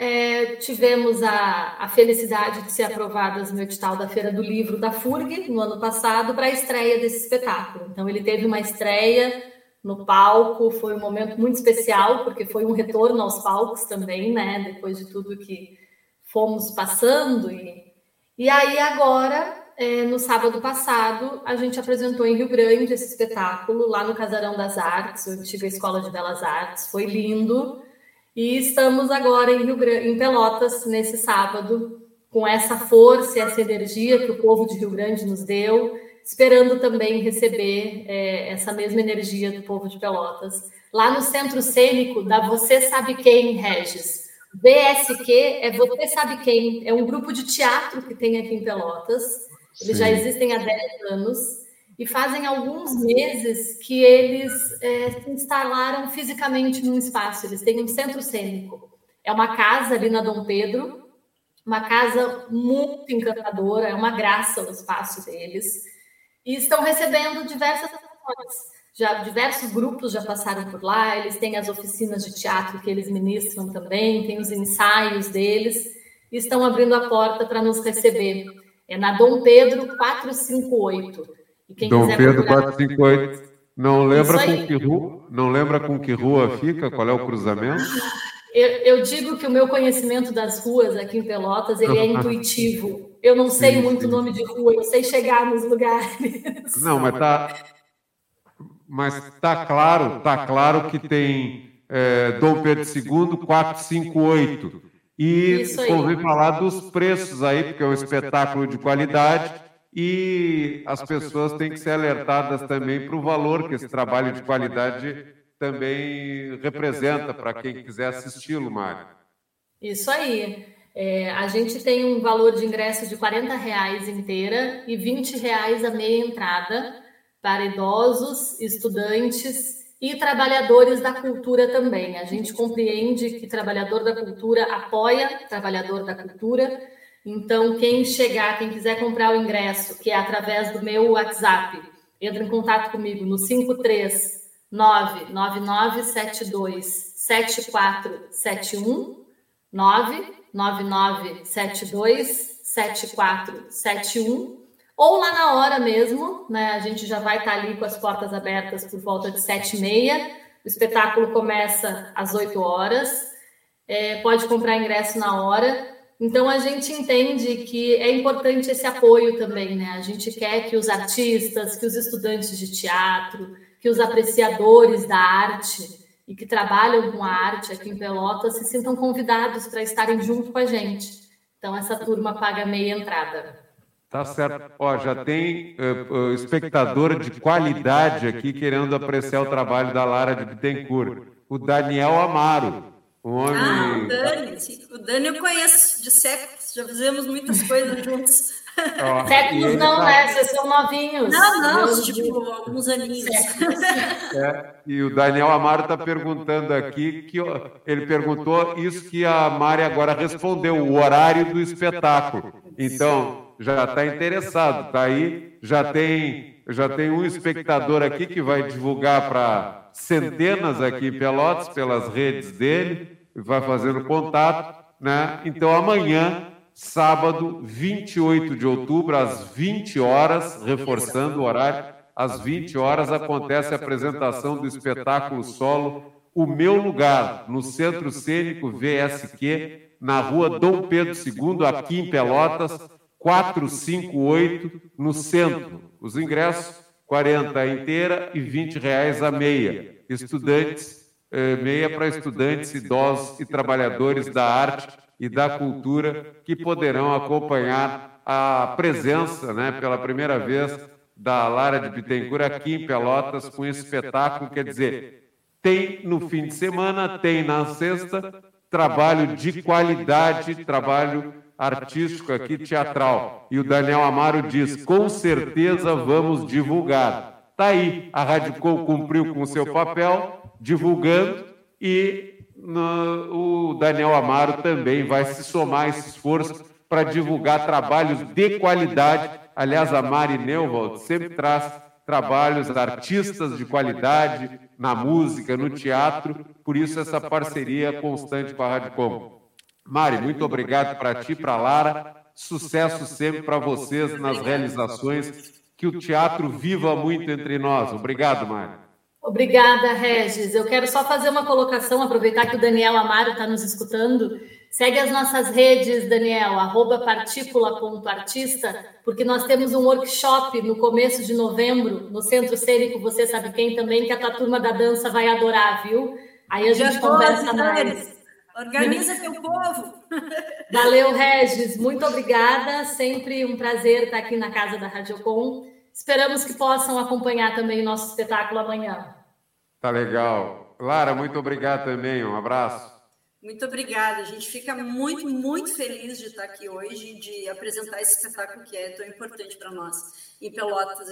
tivemos a felicidade de ser aprovadas no edital da Feira do Livro da FURG, no ano passado, para a estreia desse espetáculo. Então, ele teve uma estreia no palco, foi um momento muito especial, porque foi um retorno aos palcos também, né, depois de tudo que fomos passando. E aí agora, no sábado passado, a gente apresentou em Rio Grande esse espetáculo, lá no Casarão das Artes, a antiga Escola de Belas Artes. Foi lindo. E estamos agora em Pelotas, nesse sábado, com essa força e essa energia que o povo de Rio Grande nos deu, esperando também receber essa mesma energia do povo de Pelotas. Lá no Centro Cênico da Você Sabe Quem, Regis. VSQ é Você Sabe Quem, é um grupo de teatro que tem aqui em Pelotas. Eles já existem há 10 anos e fazem alguns meses que eles se instalaram fisicamente num espaço. Eles têm um centro cênico. É uma casa ali na Dom Pedro, uma casa muito encantadora, é uma graça o espaço deles. E estão recebendo diversas ações. Diversos grupos já passaram por lá, eles têm as oficinas de teatro que eles ministram também, tem os ensaios deles, e estão abrindo a porta para nos receber. É na Dom Pedro 458. E quem Dom Pedro procurar... 458. Não lembra com que rua fica? Qual é o cruzamento? Eu digo que o meu conhecimento das ruas aqui em Pelotas, ele é intuitivo. Eu não sei muito o nome de rua, eu sei chegar nos lugares. Não, mas tá claro que tem Dom Pedro II 458. E convém falar dos preços aí, porque é um espetáculo de qualidade e as pessoas têm que ser alertadas também para o valor que esse trabalho de qualidade também representa para quem quiser assisti-lo, Mário. Isso aí. A gente tem um valor de ingresso de R$40 inteira e R$20 a meia entrada para idosos, estudantes e trabalhadores da cultura também. A gente compreende que trabalhador da cultura apoia trabalhador da cultura. Então, quem quiser comprar o ingresso, que é através do meu WhatsApp, entra em contato comigo no 53999727471, 999727471, ou lá na hora mesmo, né? A gente já vai estar ali com as portas abertas por volta de 7h30. O espetáculo começa às 8 horas. Pode comprar ingresso na hora. Então, a gente entende que é importante esse apoio também, né? A gente quer que os artistas, que os estudantes de teatro, que os apreciadores da arte e que trabalham com a arte aqui em Pelotas se sintam convidados para estarem junto com a gente. Então, essa turma paga meia entrada. Tá certo. Já tem espectador de qualidade aqui querendo apreciar o trabalho da Lara de Bittencourt. O Daniel Amaro. Um homem... o Dani. Sim. O Dani eu conheço de séculos, já fizemos muitas coisas juntos. Séculos não, né? Vocês são novinhos. Não, tipo, alguns aninhos. E o Daniel Amaro está perguntando aqui, ele perguntou isso que a Mari agora respondeu, o horário do espetáculo. Então, já está interessado, está aí, já tem um espectador aqui que vai divulgar para centenas aqui em Pelotas, pelas redes dele, vai fazendo contato, né? Então, amanhã, sábado, 28 de outubro, às 20 horas, reforçando o horário, às 20 horas acontece a apresentação do espetáculo solo O Meu Lugar, no Centro Cênico VSQ, na rua Dom Pedro II, aqui em Pelotas, 458, no centro. Os ingressos, 40 inteira e R$20 a meia. Estudantes, meia para estudantes, idosos e trabalhadores da arte e da cultura que poderão acompanhar a presença, né, pela primeira vez, da Lara de Bittencourt aqui em Pelotas com esse espetáculo. Quer dizer, tem no fim de semana, tem na sexta, trabalho de qualidade, trabalho artístico aqui, teatral. E o Daniel Amaro diz, com certeza vamos divulgar. Está aí, a Rádio Com cumpriu com o seu papel, divulgando, e o Daniel Amaro também vai se somar a esse esforço para divulgar trabalhos de qualidade. Aliás, a Mari Neuwald sempre traz trabalhos de artistas de qualidade na música, no teatro, por isso essa parceria constante com a Rádio Com. Mari, muito obrigado para ti, para a Lara, sucesso sempre para vocês nas realizações, que o teatro viva muito entre nós. Obrigado, Mari. Obrigada, Regis. Eu quero só fazer uma colocação, aproveitar que o Daniel Amaro está nos escutando. Segue as nossas redes, Daniel, @partícula.artista, porque nós temos um workshop no começo de novembro, no Centro Cênico, você sabe quem também, que a tua turma da dança vai adorar, viu? Aí a gente conversa mais. Organiza teu povo. Valeu, Regis. Muito obrigada. Sempre um prazer estar aqui na casa da Rádio Com. Esperamos que possam acompanhar também o nosso espetáculo amanhã. Tá legal. Lara, muito obrigado também. Um abraço. Muito obrigada. A gente fica muito, muito feliz de estar aqui hoje e de apresentar esse espetáculo que é tão importante para nós em Pelotas.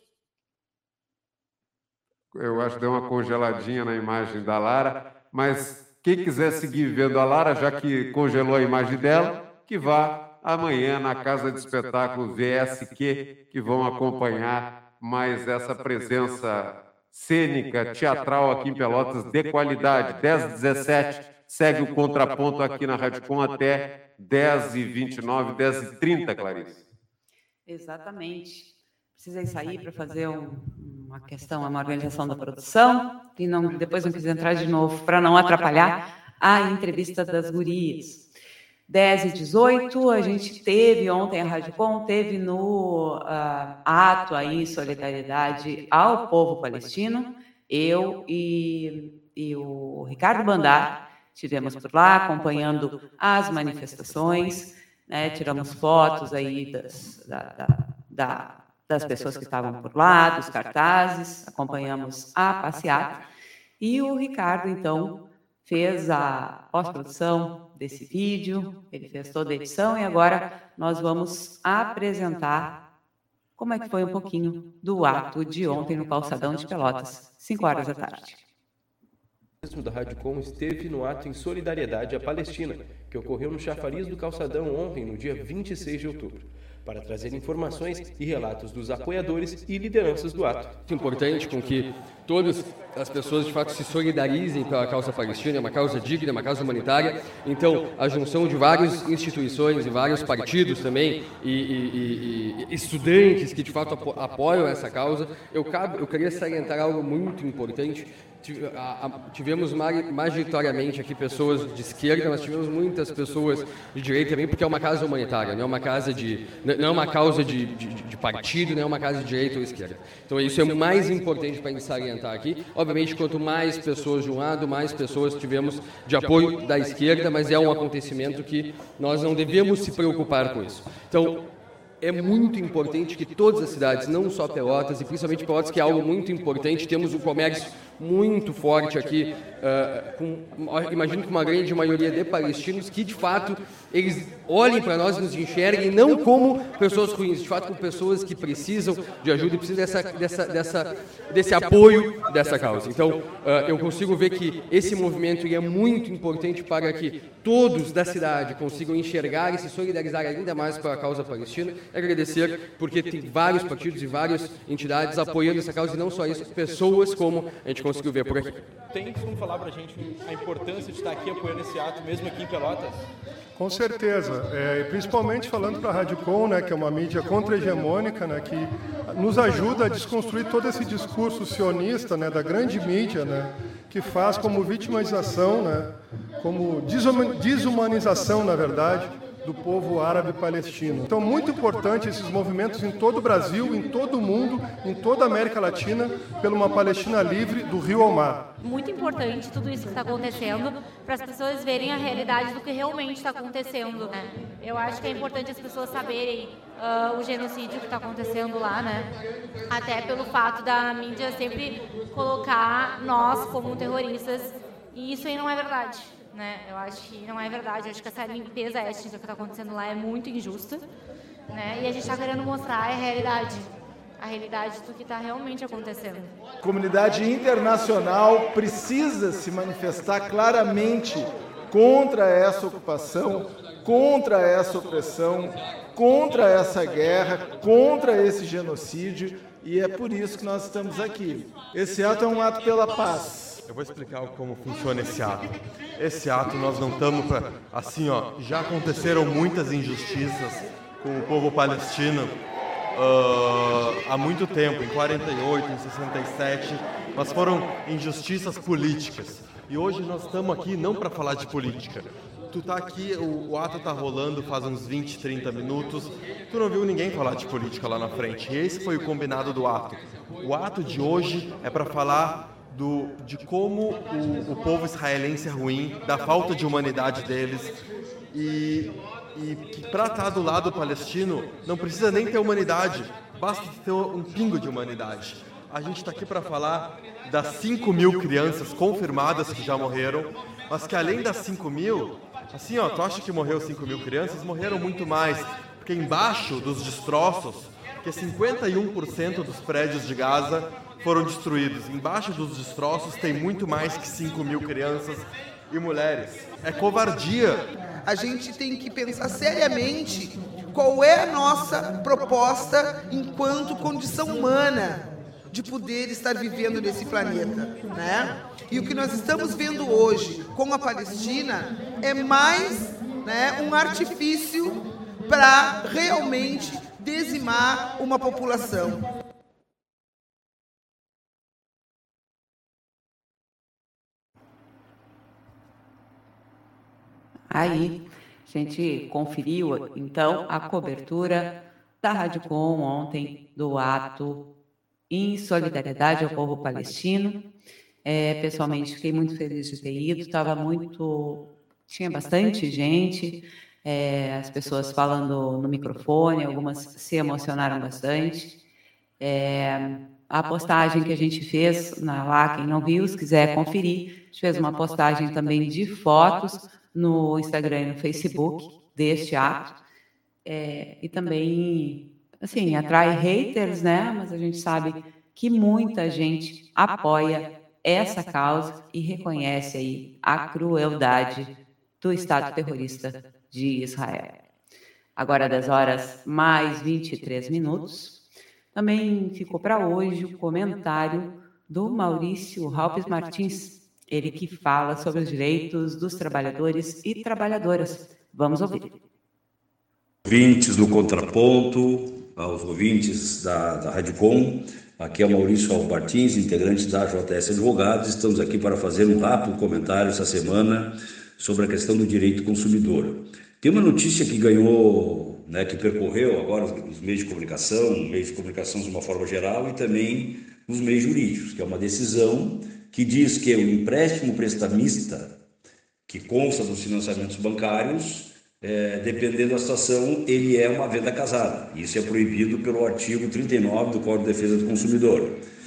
Eu acho que deu uma congeladinha na imagem da Lara, mas quem quiser seguir vendo a Lara, já que congelou a imagem dela, que vá amanhã na Casa de Espetáculo VSQ, que vão acompanhar mais essa presença cênica, teatral aqui em Pelotas de qualidade. 10h17, segue o Contraponto aqui na Rádio Com até 10h29, 10h30, Clarice. Exatamente. Precisei sair para fazer uma questão, uma organização da produção, e depois não quis entrar de novo para não atrapalhar a entrevista das gurias. 10h18, a gente teve ontem, a Rádio Com teve no ato aí, solidariedade ao povo palestino, eu e o Ricardo Bandar estivemos por lá acompanhando as manifestações, né, tiramos fotos aí das pessoas que estavam por lá, dos cartazes, acompanhamos a passeata, e o Ricardo, então, fez a pós-produção desse vídeo, ele fez toda a edição, e agora nós vamos apresentar como é que foi um pouquinho do ato de ontem no Calçadão de Pelotas, 5h da tarde. O da Rádio Com esteve no ato em solidariedade à Palestina, que ocorreu no chafariz do Calçadão ontem, no dia 26 de outubro, para trazer informações e relatos dos apoiadores e lideranças do ato. É importante com que todas as pessoas, de fato, se solidarizem pela causa palestina, é uma causa digna, é uma causa humanitária. Então, a junção de várias instituições e vários partidos também e estudantes que, de fato, apoiam essa causa. Eu queria salientar algo muito importante. Tivemos majoritariamente aqui pessoas de esquerda, mas tivemos muitas pessoas de direita também, porque é uma causa humanitária, não é uma causa de partido, não é uma causa de direita ou esquerda. Então isso é o mais importante para a gente salientar aqui. Obviamente, quanto mais pessoas de um lado, mais pessoas tivemos de apoio da esquerda, mas é um acontecimento que nós não devemos se preocupar com isso. Então, é muito importante que todas as cidades, não só Pelotas, e principalmente Pelotas, que é algo muito importante, temos um comércio muito forte aqui, imagino que uma grande maioria de palestinos que, de fato, eles olhem para nós e nos enxerguem não como pessoas ruins, de fato, como pessoas que precisam de ajuda e precisam desse apoio dessa causa. Então, eu consigo ver que esse movimento é muito importante para que todos da cidade consigam enxergar e se solidarizar ainda mais com a causa palestina. Agradecer, porque tem vários partidos e várias entidades apoiando essa causa, e não só isso, pessoas como a gente conseguiu ver por aqui. Tem como falar para a gente a importância de estar aqui apoiando esse ato, mesmo aqui em Pelotas? Com certeza, e principalmente falando para a Radicom, né, que é uma mídia contra-hegemônica, né, que nos ajuda a desconstruir todo esse discurso sionista, né, da grande mídia, né, que faz como vitimização, né, como desumanização, na verdade, do povo árabe palestino. Então, muito importante esses movimentos em todo o Brasil, em todo o mundo, em toda a América Latina, pela uma Palestina livre do rio ao mar. Muito importante tudo isso que está acontecendo para as pessoas verem a realidade do que realmente está acontecendo, né? Eu acho que é importante as pessoas saberem o genocídio que está acontecendo lá, né? Até pelo fato da mídia sempre colocar nós como terroristas, e isso aí não é verdade. Né? Eu acho que não é verdade, eu acho que essa limpeza étnica que está acontecendo lá é muito injusta, né? E a gente está querendo mostrar a realidade do que está realmente acontecendo. A comunidade internacional precisa se manifestar claramente contra essa ocupação, contra essa opressão, contra essa guerra, contra esse genocídio, e é por isso que nós estamos aqui. Esse ato é um ato pela paz. Eu vou explicar como funciona esse ato. Esse ato nós não estamos para... Assim, ó, já aconteceram muitas injustiças com o povo palestino há muito tempo, em 48, em 67, mas foram injustiças políticas. E hoje nós estamos aqui não para falar de política. Tu tá aqui, o ato tá rolando faz uns 20, 30 minutos, tu não viu ninguém falar de política lá na frente. E esse foi o combinado do ato. O ato de hoje é para falar de como o povo israelense é ruim, da falta de humanidade deles, e que para estar do lado palestino não precisa nem ter humanidade, basta ter um pingo de humanidade. A gente está aqui para falar das 5.000 crianças confirmadas que já morreram, mas que além das 5.000, assim, ó, tu acha que morreu 5.000 crianças? Morreram muito mais, porque embaixo dos destroços, que 51% dos prédios de Gaza foram destruídos. Embaixo dos destroços tem muito mais que 5.000 crianças e mulheres. É covardia. A gente tem que pensar seriamente qual é a nossa proposta enquanto condição humana de poder estar vivendo nesse planeta, né? E o que nós estamos vendo hoje com a Palestina é mais, né, um artifício para realmente dizimar uma população. Aí, a gente conferiu, então, a cobertura da Radicom ontem do ato em solidariedade ao povo palestino. Pessoalmente, fiquei muito feliz de ter ido, tinha bastante gente, as pessoas falando no microfone, algumas se emocionaram bastante. A postagem que a gente fez lá, quem não viu, se quiser conferir, a gente fez uma postagem também de fotos no Instagram e no Facebook deste ato, e também, assim, atrai haters, né? Mas a gente sabe que muita gente apoia essa causa e reconhece aí a crueldade do Estado terrorista de Israel. Agora, 10h mais 23. Também ficou para hoje o comentário do Maurício Halpes Martins, ele que fala sobre os direitos dos trabalhadores e trabalhadoras. Vamos ouvir. Ouvintes do Contraponto, aos ouvintes da Radicom, aqui é o Maurício Halpes Martins, integrante da JS Advogados. Estamos aqui para fazer um rápido comentário essa semana sobre a questão do direito consumidor. Tem uma notícia que ganhou, né, que percorreu agora nos meios de comunicação de uma forma geral e também nos meios jurídicos, que é uma decisão que diz que o empréstimo prestamista, que consta dos financiamentos bancários, dependendo da situação, ele é uma venda casada. Isso é proibido pelo artigo 39 do Código de Defesa do Consumidor.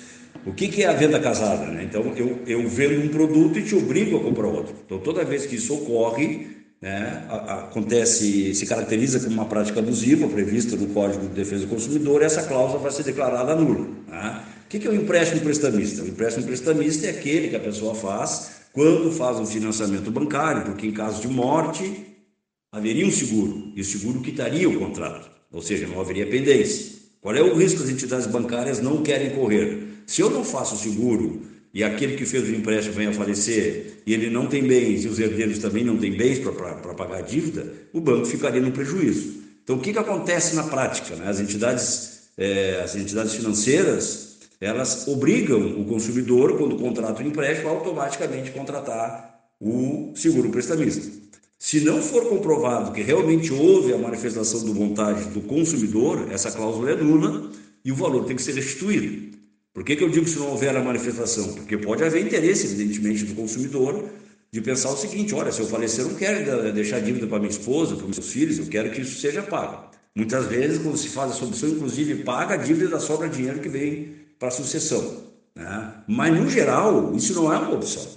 O que é a venda casada? Né? Então, eu vendo um produto e te obrigo a comprar outro. Então, toda vez que isso ocorre, né, se caracteriza como uma prática abusiva prevista no Código de Defesa do Consumidor, essa cláusula vai ser declarada nula. Né? O que é o empréstimo prestamista? O empréstimo prestamista é aquele que a pessoa faz quando faz um financiamento bancário, porque em caso de morte haveria um seguro, e o seguro quitaria o contrato, ou seja, não haveria pendência. Qual é o risco que as entidades bancárias não querem correr? Se eu não faço o seguro e aquele que fez o empréstimo vem a falecer e ele não tem bens e os herdeiros também não têm bens para pagar a dívida, o banco ficaria no prejuízo. Então, o que acontece na prática? Né? As entidades financeiras, elas obrigam o consumidor, quando contrata o empréstimo, a automaticamente contratar o seguro prestamista. Se não for comprovado que realmente houve a manifestação de vontade do consumidor, essa cláusula é nula e o valor tem que ser restituído. Por que eu digo que se não houver a manifestação? Porque pode haver interesse, evidentemente, do consumidor de pensar o seguinte: olha, se eu falecer, eu não quero deixar dívida para minha esposa, para meus filhos, eu quero que isso seja pago. Muitas vezes, quando se faz essa opção, inclusive, paga a dívida da sobra de dinheiro que vem para a sucessão. Né? Mas, no geral, isso não é uma opção.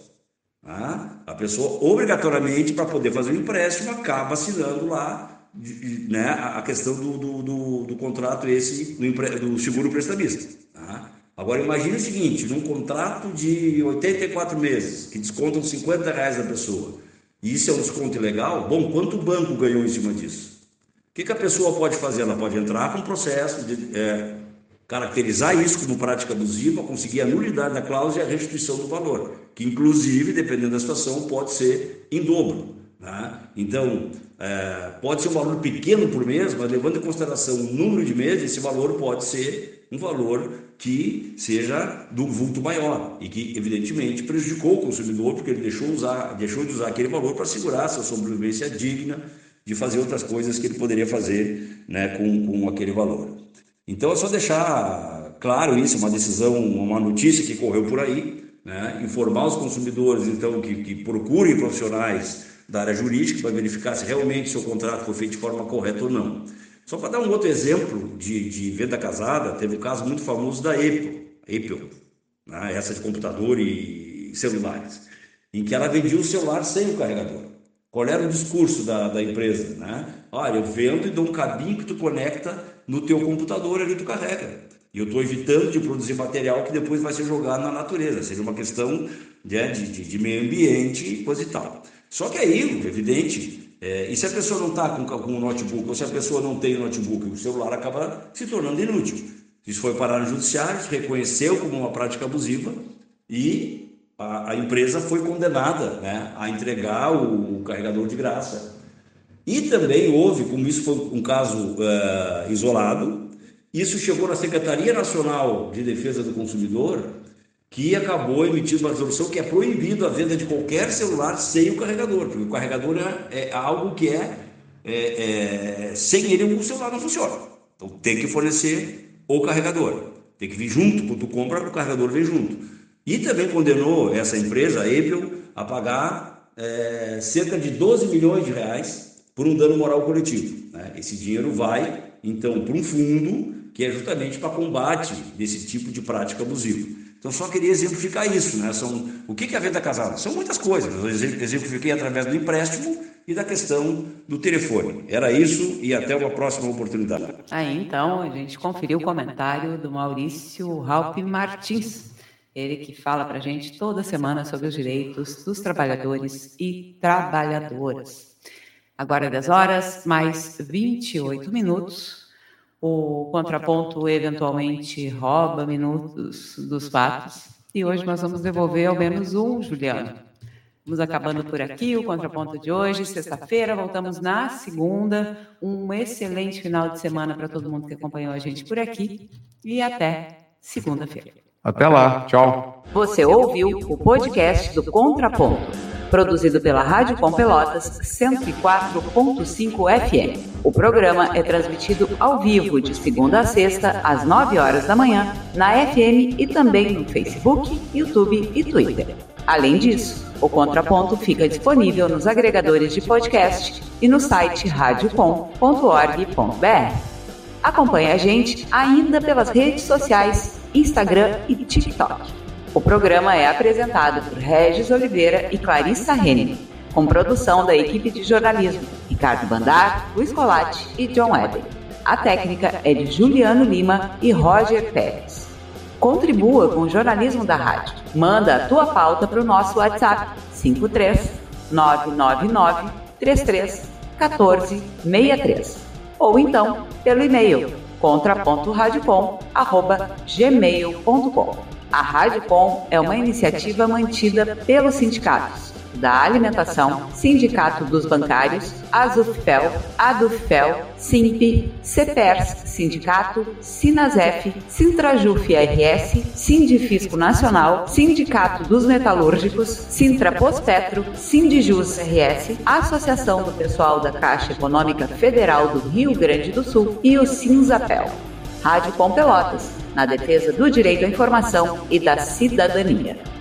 A pessoa, obrigatoriamente, para poder fazer um empréstimo, acaba assinando lá, né, a questão do contrato do seguro prestamista. Agora, imagine o seguinte: num contrato de 84 meses, que descontam R$50 da pessoa, e isso é um desconto ilegal, bom, quanto o banco ganhou em cima disso? O que a pessoa pode fazer? Ela pode entrar com um processo de caracterizar isso como prática abusiva, conseguir a nulidade da cláusula e a restituição do valor, que inclusive, dependendo da situação, pode ser em dobro. Né? Então, pode ser um valor pequeno por mês, mas levando em consideração o número de meses, esse valor pode ser um valor que seja do vulto maior e que, evidentemente, prejudicou o consumidor, porque ele deixou de usar aquele valor para segurar a sua sobrevivência digna de fazer outras coisas que ele poderia fazer, né, com aquele valor. Então, é só deixar claro isso, uma decisão, uma notícia que correu por aí, né? Informar os consumidores, então, que procurem profissionais da área jurídica para verificar se realmente o seu contrato foi feito de forma correta ou não. Só para dar um outro exemplo de venda casada, teve um caso muito famoso da Apple, né? Essa de computador e celulares, em que ela vendia o celular sem o carregador. Qual era o discurso da empresa? Né? Olha, eu vendo e dou um cabinho que tu conecta no teu computador, ali tu carrega. E eu estou evitando de produzir material que depois vai ser jogado na natureza. Seja uma questão de meio ambiente e coisa e tal. Só que aí, evidente, e se a pessoa não está com o notebook, ou se a pessoa não tem o notebook, o celular acaba se tornando inútil. Isso foi parar no judiciário, se reconheceu como uma prática abusiva e a empresa foi condenada, né, a entregar o carregador de graça. E também houve, como isso foi um caso isolado, isso chegou na Secretaria Nacional de Defesa do Consumidor, que acabou emitindo uma resolução que é proibido a venda de qualquer celular sem o carregador, porque o carregador é algo que sem ele o celular não funciona. Então tem que fornecer o carregador, tem que vir junto, quando tu compra, o carregador vem junto. E também condenou essa empresa, a Apple, a pagar cerca de 12 milhões de reais por um dano moral coletivo. Né? Esse dinheiro vai, então, para um fundo que é justamente para combate desse tipo de prática abusiva. Então, só queria exemplificar isso. Né? O que é a venda casada? São muitas coisas. Eu exemplifiquei através do empréstimo e da questão do telefone. Era isso e até uma próxima oportunidade. Aí, então, a gente conferiu o comentário do Maurício Raup Martins. Ele que fala para a gente toda semana sobre os direitos dos trabalhadores e trabalhadoras. Agora 10 horas, mais 28 minutos. O contraponto eventualmente rouba minutos dos fatos. E hoje nós vamos devolver ao menos um, Juliano. Vamos acabando por aqui o contraponto de hoje, sexta-feira. Voltamos na segunda. Um excelente final de semana para todo mundo que acompanhou a gente por aqui. E até segunda-feira. Até lá, tchau. Você ouviu o podcast do Contraponto, produzido pela Rádio Com Pelotas 104.5 FM. O programa é transmitido ao vivo de segunda a sexta, às 9 horas da manhã, na FM e também no Facebook, YouTube e Twitter. Além disso, o Contraponto fica disponível nos agregadores de podcast e no site radiocom.org.br. Acompanhe a gente ainda pelas redes sociais Instagram e TikTok. O programa é apresentado por Regis Oliveira e Clarissa Henning, com produção da equipe de jornalismo Ricardo Bandar, Luiz Colatti e John Eben. A técnica é de Juliano Lima e Roger Pérez. Contribua com o jornalismo da rádio. Manda a tua pauta para o nosso WhatsApp 53999331463 ou então pelo e-mail contra.radiocom@gmail.com. A Rádio Com é uma iniciativa mantida pelos sindicatos da Alimentação, Sindicato dos Bancários, Azufel, Adufel, Simp, Cepers, Sindicato, Sinasef, Sintrajuf RS, Sindifisco Nacional, Sindicato dos Metalúrgicos, Sintra Pospetro, Sindijus RS, Associação do Pessoal da Caixa Econômica Federal do Rio Grande do Sul e o Sinzapel. Rádio Com Pelotas, na defesa do direito à informação e da cidadania.